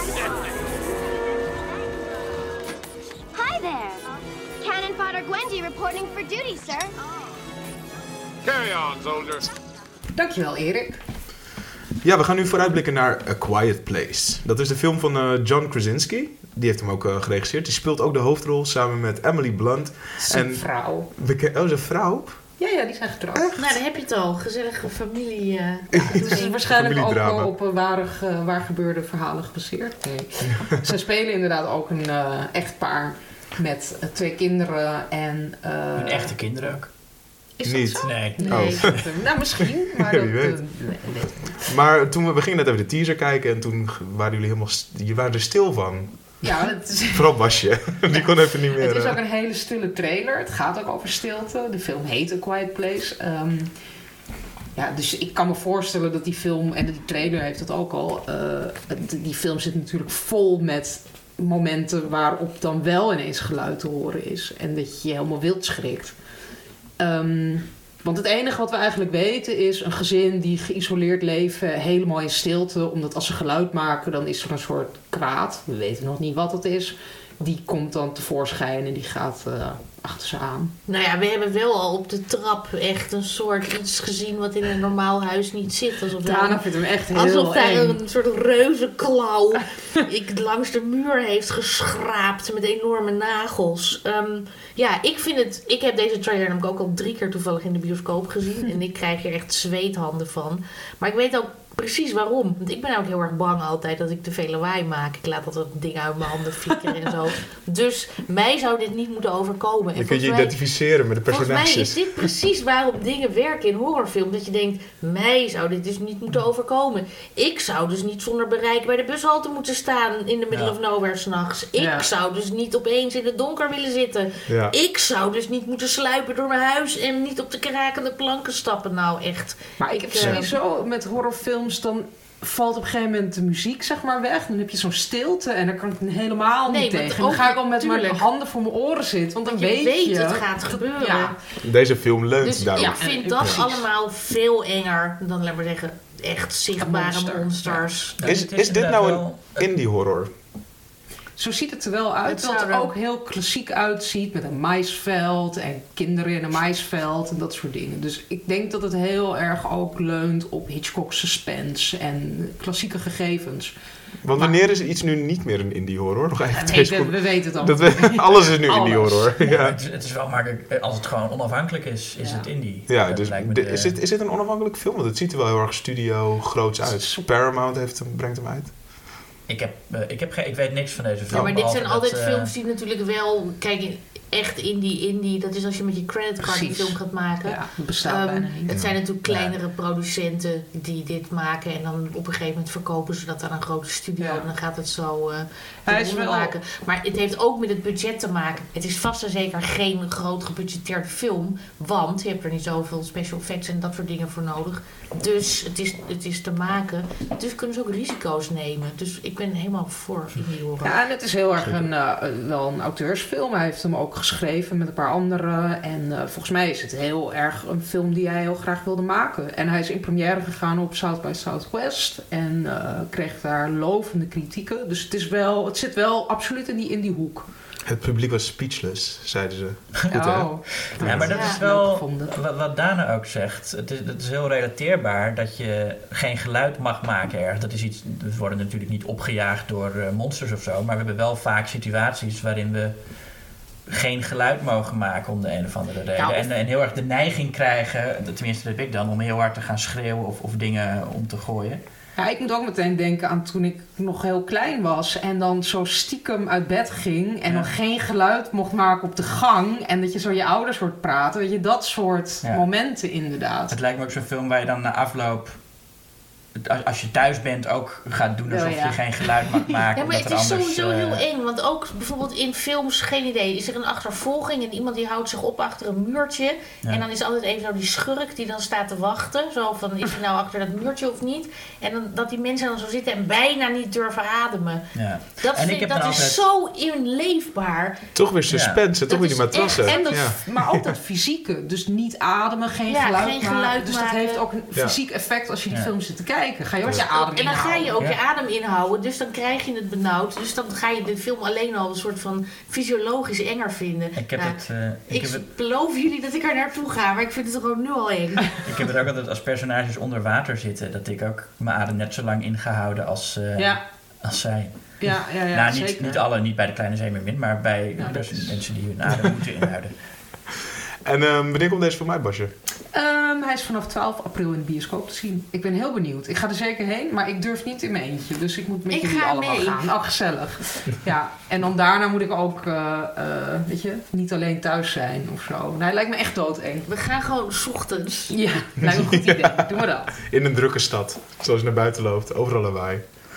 Hi there! Cannon Fodder Gwendy reporting for duty, sir. Carry on, soldier. Dankjewel, Erik. Ja, we gaan nu vooruitblikken naar A Quiet Place. Dat is de film van uh, John Krasinski. Die heeft hem ook uh, geregisseerd. Die speelt ook de hoofdrol samen met Emily Blunt. Zijn en vrouw. Beke- oh, zijn vrouw? Ja, ja, die zijn getrouwd. Nou, dan heb je het al. Gezellige familie. Uh, Ja, het is waarschijnlijk ook Familiedrama. wel op uh, waar, uh, waar gebeurde verhalen gebaseerd. Nee. Ze spelen inderdaad ook een uh, echtpaar met uh, twee kinderen en... Uh, Hun echte kinderen ook. Is Niet. dat zo? Nee. Nee. Oh. Nou, misschien. Maar Ja, dat, wie weet. uh, nee, weet ik niet. Maar toen we, we gingen net even de teaser kijken en toen waren jullie helemaal... st- je waren er stil van. Ja, het is, Vooral Basje. Die kon even niet meer... het is uh, ook een hele stille trailer. Het gaat ook over stilte. De film heet A Quiet Place. Um, ja, dus ik kan me voorstellen dat die film, en die trailer heeft het ook al, uh, die film zit natuurlijk vol met momenten waarop dan wel ineens geluid te horen is. En dat je je helemaal wild schrikt. Um, want het enige wat we eigenlijk weten is een gezin die geïsoleerd leven helemaal in stilte. Omdat als ze geluid maken, dan is er een soort kwaad. We weten nog niet wat het is. Die komt dan tevoorschijn en die gaat uh, achter ze aan. Nou ja, we hebben wel al op de trap echt een soort iets gezien wat in een normaal huis niet zit. Alsof Dana daar, vindt hem echt heel alsof daar eng. een soort reuzenklauw ik langs de muur heeft geschraapt met enorme nagels. Um, ja, ik vind het... Ik heb deze trailer namelijk ook al drie keer toevallig in de bioscoop gezien. En ik krijg er echt zweethanden van. Maar ik weet ook precies waarom. Want ik ben ook heel erg bang altijd dat ik te veel lawaai maak. Ik laat altijd dingen uit mijn handen flikkeren en zo. Dus mij zou dit niet moeten overkomen. En je kunt je mij, identificeren met de personages. Volgens mij is dit precies waarom dingen werken in horrorfilm. Dat je denkt, mij zou dit dus niet moeten overkomen. Ik zou dus niet zonder bereik bij de bushalte moeten staan in de middle Ja. of nowhere s'nachts. Ik Ja. zou dus niet opeens in het donker willen zitten. Ja. Ik zou dus niet moeten sluipen door mijn huis en niet op de krakende planken stappen. Nou, echt. Maar ik heb eh, sowieso met horrorfilms, dan valt op een gegeven moment de muziek zeg maar weg. Dan heb je zo'n stilte en dan kan ik helemaal Nee, niet want tegen. En dan ook ga ik al met natuurlijk. mijn handen voor mijn oren zitten. Want dan Want je weet weet je... het gaat gebeuren. Ja. Deze film leunt Dus daarop. ik vind dat precies. allemaal veel enger dan, laten we zeggen, echt zichtbare monster. monsters. Ja, Is, het is dit inderdaad nou wel- een indie horror? Zo ziet het er wel uit. Het Terwijl het zou er er- ook heel klassiek uitziet. Met een maisveld en kinderen in een maisveld en dat soort dingen. Dus ik denk dat het heel erg ook leunt op Hitchcock suspense en klassieke gegevens. Want wanneer is iets nu niet meer een indie horror? Nog even Ja, twee nee, we, seconden. we weten het al. Dat we, alles is nu indie Alles. horror. Ja, Ja, het, is, het is wel makkelijk. Als het gewoon onafhankelijk is, is Ja. het indie. ja Dat dus lijkt me de- de- is, dit, is dit een onafhankelijk film? Want het ziet er wel heel erg studio groots uit. Paramount heeft hem, brengt hem uit. Ik, heb, uh, ik, heb geen, ik weet niks van deze film. Ja, maar dit zijn behalve altijd dat, uh, films die natuurlijk wel... Kijk, echt indie, indie. Dat is als je met je creditcard een Precies. film gaat maken. Ja, dat bestaat Um, bijna niet. het zijn natuurlijk kleinere producenten die dit maken. En dan op een gegeven moment verkopen ze dat aan een grote studio. Ja. En dan gaat het zo uh, Hij is ronde wel- maken. Maar het heeft ook met het budget te maken. Het is vast en zeker geen groot gebudgeteerde film. Want je hebt er niet zoveel special effects en dat soort dingen voor nodig. Dus het is, het is te maken. Dus kunnen ze ook risico's nemen. Dus ik ben helemaal voor indie horror. Ja, en het is heel erg een, uh, wel een auteursfilm. Hij heeft hem ook geschreven met een paar anderen. En uh, volgens mij is het heel erg een film die hij heel graag wilde maken. En hij is in première gegaan op South by Southwest. En uh, kreeg daar lovende kritieken. Dus het, is wel, het zit wel absoluut in die, in die hoek. Het publiek was speechless, zeiden ze. Goed, hè? Oh, Ja, maar dat Ja. is leuk wel gevonden. wat, wat Dana ook zegt. Het is, het is heel relateerbaar dat je geen geluid mag maken erg. Dat is iets, we worden natuurlijk niet opgejaagd door uh, monsters of zo. Maar we hebben wel vaak situaties waarin we geen geluid mogen maken om de een of andere reden. Ja, of- en, en heel erg de neiging krijgen, tenminste dat heb ik dan, om heel hard te gaan schreeuwen of, of dingen om te gooien. Ja, ik moet ook meteen denken aan toen ik nog heel klein was en dan zo stiekem uit bed ging en Ja. dan geen geluid mocht maken op de gang en dat je zo je ouders hoort praten. Weet je, dat soort Ja. momenten inderdaad. Het lijkt me ook zo'n film waar je dan na afloop, als, als je thuis bent, ook gaat doen alsof Oh, ja. je geen geluid mag maken. Ja, maar omdat het er is anders, sowieso uh, heel eng. Want ook bijvoorbeeld in films, geen idee, is er een achtervolging en iemand die houdt zich op achter een muurtje. Ja. En dan is er altijd even zo die schurk die dan staat te wachten. Zo van, is hij nou achter dat muurtje of niet? En dan, dat die mensen dan zo zitten en bijna niet durven ademen. Ja. Dat, En ik vind, heb dat dan is altijd- zo inleefbaar. Toch weer suspense, toch Dat weer die is matrassen. En dat, Ja. Maar ook dat fysieke. Dus niet ademen, geen Ja, geluid geen maken. geluid dus dat maken. heeft ook een Ja. fysiek effect als je die Ja. film zit te kijken. Ga je ook Ja. je adem En dan ga je inhouden. ook Ja. je adem inhouden. Dus dan krijg je het benauwd. Dus dan ga je de film alleen al een soort van fysiologisch enger vinden. Ik heb Nou, het... uh, ik Ik heb het beloof jullie dat ik er naartoe ga, maar ik vind het gewoon nu al eng. Ik heb het ook altijd als personages onder water zitten. Dat ik ook mijn adem net zo lang ingehouden als, uh, Ja, als zij. ja, ja, ja nou, niet, zeker. niet alle, niet bij de Kleine Zeemermin, maar bij Ja, dat pers- is- mensen die hun adem moeten inhouden. En um, wanneer komt deze film uit, Basje? Um, hij is vanaf twaalf april in de bioscoop te zien. Ik ben heel benieuwd. Ik ga er zeker heen, maar ik durf niet in mijn eentje. Dus ik moet met Ik jullie ga allemaal mee. gaan. Oh, gezellig. Ja, en dan daarna moet ik ook, uh, uh, weet je, niet alleen thuis zijn of zo. Nou, hij lijkt me echt doodeng. We gaan gewoon 's ochtends. Ja, lijkt me een goed idee. Doen we dat. In een drukke stad, zoals je naar buiten loopt, overal lawaai.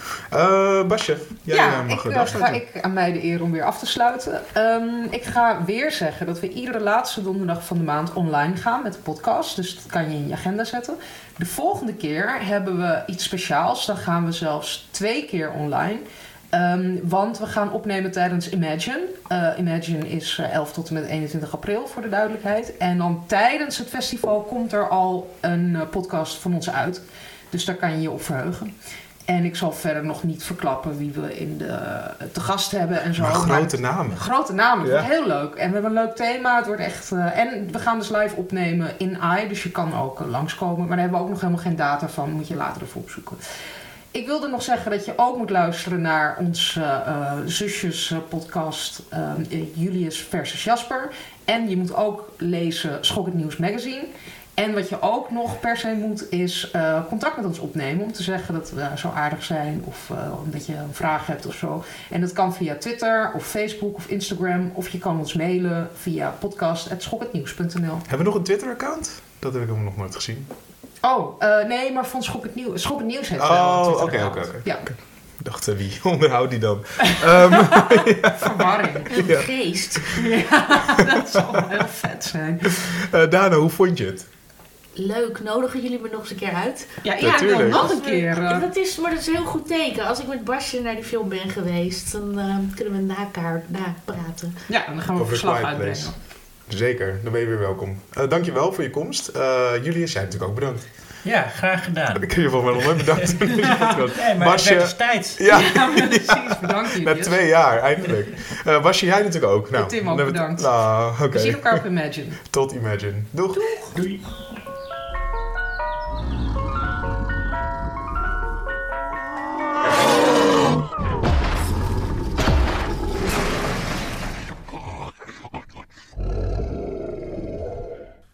Uh, Basje, jij ja, uh, mag ik, het uh, ga afsluiten. ik aan mij de eer om weer af te sluiten. Um, ik ga weer zeggen dat we iedere laatste donderdag van de maand online gaan met de podcast. Dus dat kan je in je agenda zetten. De volgende keer hebben we iets speciaals. Dan gaan we zelfs twee keer online. Um, want we gaan opnemen tijdens Imagine. Uh, Imagine is uh, elf tot en met eenentwintig april voor de duidelijkheid. En dan tijdens het festival komt er al een uh, podcast van ons uit. Dus daar kan je je op verheugen. En ik zal verder nog niet verklappen wie we in de, te gast hebben en zo. Maar grote maar, namen. Grote namen, het ja. wordt heel leuk. En we hebben een leuk thema, het wordt echt... Uh, en we gaan dus live opnemen in A I, dus je kan ook uh, langskomen. Maar daar hebben we ook nog helemaal geen data van, moet je later ervoor opzoeken. Ik wilde nog zeggen dat je ook moet luisteren naar onze uh, zusjes uh, podcast uh, Julius versus Jasper. En je moet ook lezen Schok het Nieuws magazine. En wat je ook nog per se moet is uh, contact met ons opnemen. Om te zeggen dat we zo aardig zijn of uh, omdat je een vraag hebt of zo. En dat kan via Twitter of Facebook of Instagram. Of je kan ons mailen via podcast at schok het nieuws punt n l. Hebben we nog een Twitter-account? Dat heb ik hem nog nooit gezien. Oh, uh, nee, maar van Schok het Nieuws. Schok het Nieuws heeft wel Oh, een oké, Twitter-account. oké, oké. Ja. Ik dacht, uh, wie onderhoudt die dan? um, ja. Verwarring. Een geest. Ja, dat zal heel vet zijn. Uh, Dana, hoe vond je het? Leuk, nodigen jullie me nog eens een keer uit? Ja, ja, ik wil nog een keer. Uh... Dat is, maar dat is een heel goed teken. Als ik met Basje naar die film ben geweest, dan uh, kunnen we na elkaar napraten. Ja, dan gaan we een verslag uitbrengen. Place. Zeker, dan ben je weer welkom. Uh, dankjewel voor je komst. Uh, Julius, jij natuurlijk ook bedankt. Ja, graag gedaan. Ik heb je volgens mij nog nooit bedankt. ja. Nee, maar Basje, het werd dus tijd. Ja, ja precies. Bedankt Julius. Na twee jaar, eindelijk. Uh, Basje, jij natuurlijk ook. Nou, Tim ook bedankt. Nou, okay. We zien elkaar op Imagine. Tot Imagine. Doeg. Doeg. Doei.